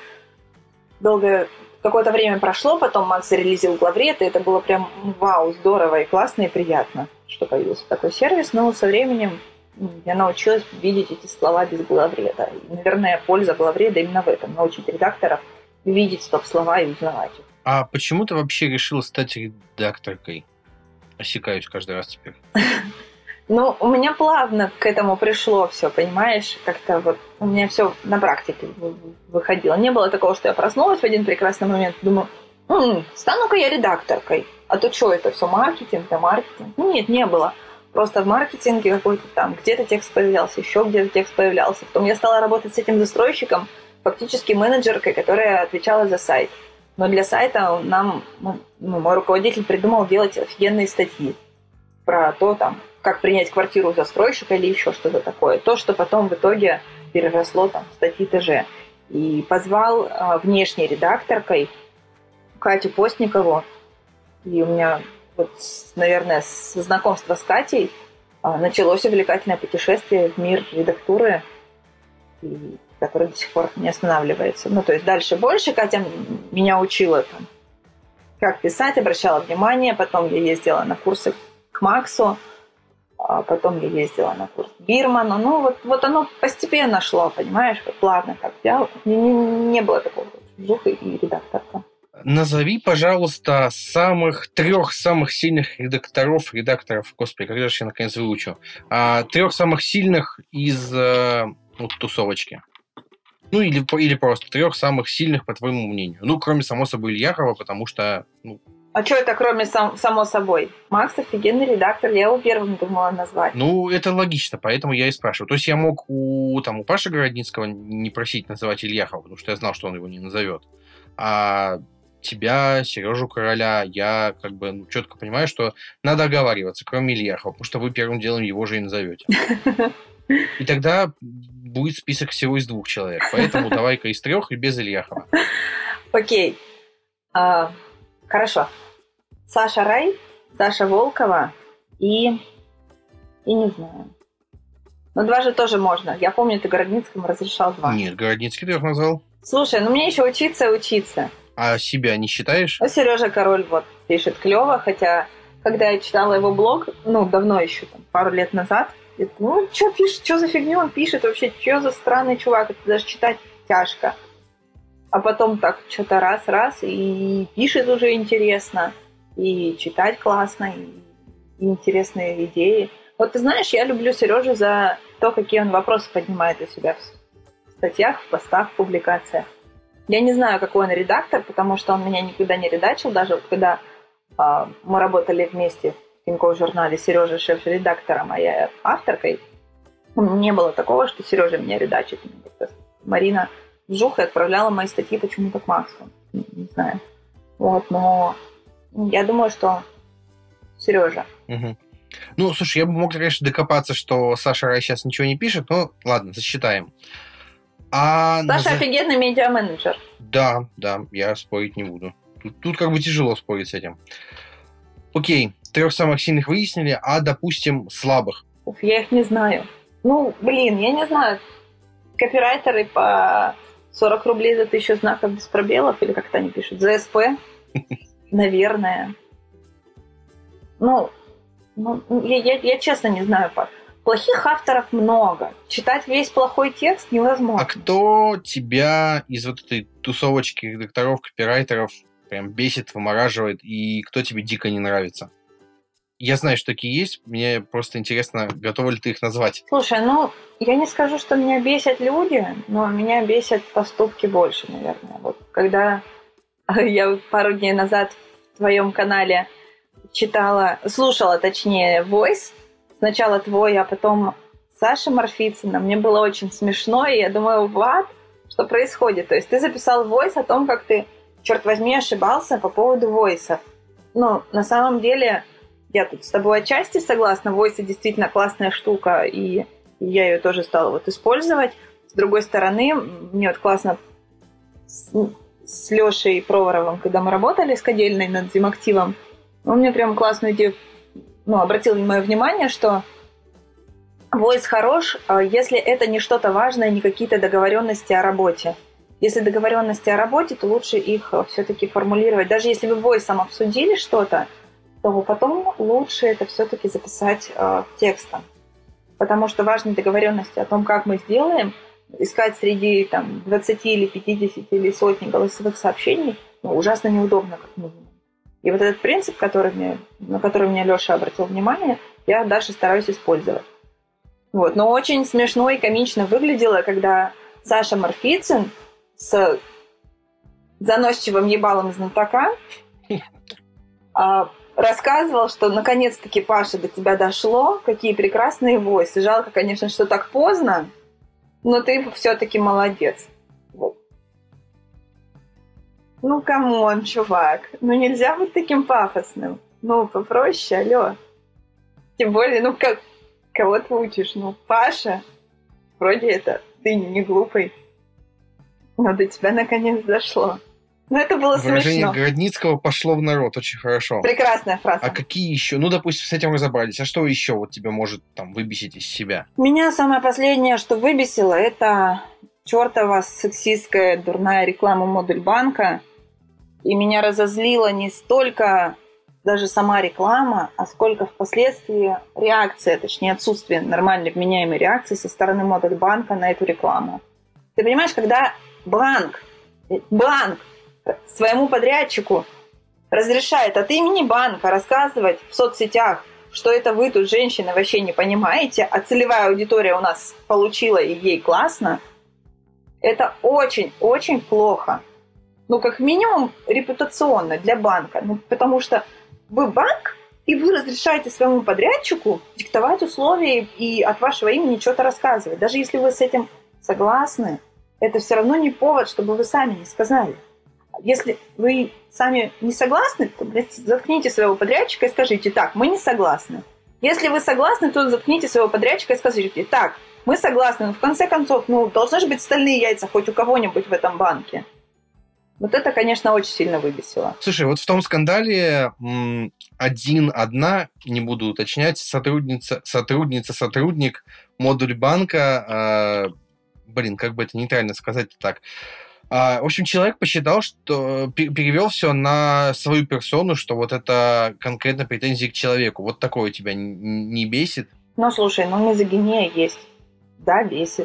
какое-то время прошло, потом Макс зарелизил главред, и это было прям вау, здорово и классно, и приятно, что появился такой сервис. Но со временем я научилась видеть эти слова без главреда. И, наверное, польза главреда именно в этом. Научить редакторов видеть стоп-слова и узнавать их. А почему ты вообще решила стать редакторкой? Осекаюсь каждый раз теперь. У меня плавно к этому пришло все, понимаешь? Как-то у меня все на практике выходило. Не было такого, что я проснулась в один прекрасный момент и думаю, стану-ка я редакторкой. А то что это все, маркетинг, да маркетинг? Нет, не было. Просто в маркетинге какой-то там, где-то текст появлялся, еще где-то текст появлялся. Потом я стала работать с этим застройщиком, фактически менеджеркой, которая отвечала за сайт. Но для сайта мой руководитель придумал делать офигенные статьи про то, как принять квартиру у застройщика или еще что-то такое. То, что потом в итоге переросло в статьи ТЖ. И позвал внешней редакторкой Катю Постникову. И у меня, наверное, с знакомства с Катей началось увлекательное путешествие в мир редактуры, которое до сих пор не останавливается. То есть дальше больше. Катя меня учила, как писать, обращала внимание. Потом я ездила на курсы к Максу. Потом я ездила на курс Бирмана. Оно постепенно шло, понимаешь, плавно так. Не было такого жуха и редакторка. Назови, пожалуйста, трех самых сильных редакторов, господи, когда же я наконец выучу, 3 самых сильных из тусовочки. Или просто 3 самых сильных, по твоему мнению. Кроме, само собой, Ильярова, потому что, А что это, кроме само собой? Макс офигенный редактор, я его первым думала назвать. Ну, это логично, поэтому я и спрашиваю. То есть я мог у Паши Городницкого не просить называть Ильяхова, потому что я знал, что он его не назовет. А тебя, Сережу Короля, я как бы четко понимаю, что надо оговариваться, кроме Ильяхова, потому что вы первым делом его же и назовете. И тогда будет список всего из 2 человек. Поэтому давай-ка из 3 и без Ильяхова. Окей. Хорошо. Саша Рай, Саша Волкова и не знаю. Но 2 же тоже можно. Я помню, ты Городницкому разрешал 2. Нет, Городницкий 3 назвал. Слушай, мне еще учиться. А себя не считаешь? Ну, Сережа Король вот пишет клево, хотя когда я читала его блог, давно еще, пару лет назад, что пишет, что за фигню он пишет вообще, что за странный чувак, это даже читать тяжко. А потом так что-то раз, и пишет уже интересно, и читать классно, и интересные идеи. Вот ты знаешь, я люблю Сережу за то, какие он вопросы поднимает у себя в статьях, в постах, в публикациях. Я не знаю, какой он редактор, потому что он меня никогда не редачил, даже вот когда мы работали вместе в Тинькофф журнале, Сережа шеф-редактором, а я авторкой, не было такого, что Сережа меня редачит. Марина вжух и отправляла мои статьи почему-то к Максу. Не знаю. Вот, но я думаю, что Сережа. Угу. Ну, слушай, я бы мог, конечно, докопаться, что Саша Рай сейчас ничего не пишет, но ладно, засчитаем. Саша офигенный медиа-менеджер. Да, я спорить не буду. Тут как бы тяжело спорить с этим. Окей, 3 самых сильных выяснили, а, допустим, слабых. Я их не знаю. Я не знаю. Копирайтеры по 40 рублей за 1000 знаков без пробелов, или как-то они пишут, ЗСП, наверное. Я честно не знаю, Паш. Плохих авторов много. Читать весь плохой текст невозможно. А кто тебя из вот этой тусовочки редакторов, копирайтеров прям бесит, вымораживает, и кто тебе дико не нравится? Я знаю, что такие есть. Мне просто интересно, готова ли ты их назвать? Слушай, я не скажу, что меня бесят люди, но меня бесят поступки больше, наверное. Вот когда я пару дней назад в твоем канале слушала, Voice, сначала твой, а потом Саши Марфицына, мне было очень смешно, и я думаю, что происходит? То есть ты записал Voice о том, как ты, черт возьми, ошибался по поводу войсов. На самом деле, я тут с тобой отчасти согласна, Voice действительно классная штука, и я ее тоже стала использовать. С другой стороны, мне вот классно с Лешей Проворовым, когда мы работали с Кадельной над Зимактивом, он мне прям классную идею обратил мое внимание, что Voice хорош, если это не что-то важное, не какие-то договоренности о работе. Если договоренности о работе, то лучше их все-таки формулировать. Даже если вы Voice обсудили что-то, то потом лучше это все-таки записать текстом. Потому что важные договоренности о том, как мы сделаем, искать среди 20 или 50 или сотни голосовых сообщений ужасно неудобно, как минимум. И вот этот принцип, на который меня Леша обратил внимание, я дальше стараюсь использовать. Вот. Но очень смешно и комично выглядело, когда Саша Марфицын с заносчивым ебалом знатока рассказывал, что наконец-таки, Паша, до тебя дошло, какие прекрасные войсы. Жалко, конечно, что так поздно, но ты все-таки молодец. Вот. Камон, чувак. Нельзя быть таким пафосным. Попроще, алло. Тем более, кого ты учишь? Паша, вроде это, ты не глупый. Но до тебя наконец дошло. Это было Выражение смешно. Городницкого пошло в народ очень хорошо. Прекрасная фраза. А какие еще? Допустим, с этим разобрались. А что еще тебя может выбесить из себя? Меня самое последнее, что выбесило, это чертова сексистская дурная реклама Модульбанка. И меня разозлила не столько даже сама реклама, а сколько впоследствии реакция, точнее отсутствие нормальной вменяемой реакции со стороны Модульбанка на эту рекламу. Ты понимаешь, когда банк своему подрядчику разрешает от имени банка рассказывать в соцсетях, что это вы тут, женщины, вообще не понимаете, а целевая аудитория у нас получила и ей классно, это очень-очень плохо. как минимум, репутационно для банка. Потому что вы банк, и вы разрешаете своему подрядчику диктовать условия и от вашего имени что-то рассказывать. Даже если вы с этим согласны, это все равно не повод, чтобы вы сами не сказали. Если вы сами не согласны, то, заткните своего подрядчика и скажите: так, мы не согласны. Если вы согласны, то заткните своего подрядчика и скажите: так, мы согласны, но в конце концов, должны же быть стальные яйца хоть у кого-нибудь в этом банке. Вот это, конечно, очень сильно выбесило. Слушай, вот в том скандале одна, не буду уточнять, сотрудник модуль банка, как бы это нейтрально сказать так. В общем, человек посчитал, что перевел все на свою персону, что вот это конкретно претензии к человеку. Вот такое тебя не бесит? Слушай, мизогиния есть. Да, бесит.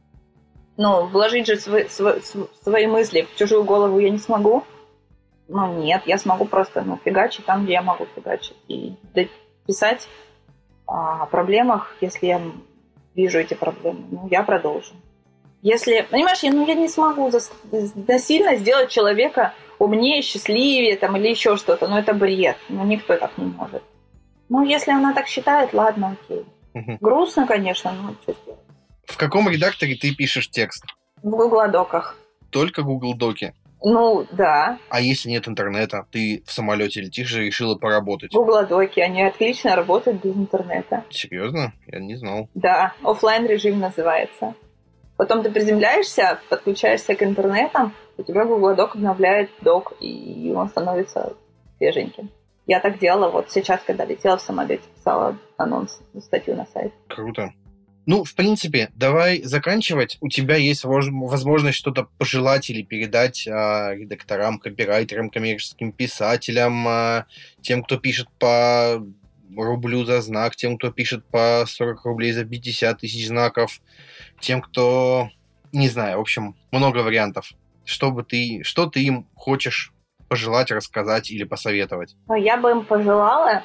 Вложить же свои мысли в чужую голову я не смогу. Нет, я смогу просто фигачить там, где я могу фигачить. И писать о проблемах, если я вижу эти проблемы. Я продолжу. Если, понимаешь, я не смогу насильно сделать человека умнее, счастливее или еще что-то. Это бред. Никто так не может. Если она так считает, ладно, окей. Угу. Грустно, конечно, но что сделать. В каком редакторе ты пишешь текст? В Google Доках. Только Google Доки? Да. А если нет интернета? Ты в самолете летишь и решила поработать? Google Доки, они отлично работают без интернета. Серьезно? Я не знал. Да, офлайн режим называется. Потом ты приземляешься, подключаешься к интернетам, у тебя Google Док обновляет док, и он становится свеженьким. Я так делала сейчас, когда летела в самолете, писала анонс, статью на сайт. Круто. В принципе, давай заканчивать. У тебя есть возможность что-то пожелать или передать редакторам, копирайтерам, коммерческим писателям, тем, кто пишет по рублю за знак, тем, кто пишет по 40 рублей за 50 тысяч знаков, тем, кто... Не знаю, в общем, много вариантов. Что ты им хочешь пожелать, рассказать или посоветовать? Я бы им пожелала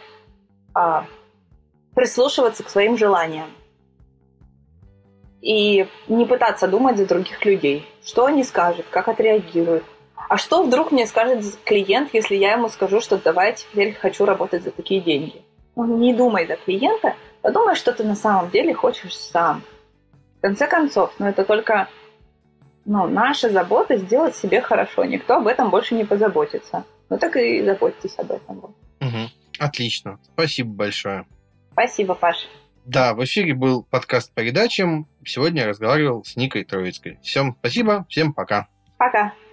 прислушиваться к своим желаниям. И не пытаться думать за других людей. Что они скажут, как отреагируют. А что вдруг мне скажет клиент, если я ему скажу, что давай теперь хочу работать за такие деньги? Не думай за клиента, подумай, что ты на самом деле хочешь сам. В конце концов, это только наша забота сделать себе хорошо. Никто об этом больше не позаботится. Так и заботьтесь об этом. Угу. Отлично. Спасибо большое. Спасибо, Паш. Да, в эфире был подкаст по передачам. Сегодня я разговаривал с Никой Троицкой. Всем спасибо, всем пока. Пока.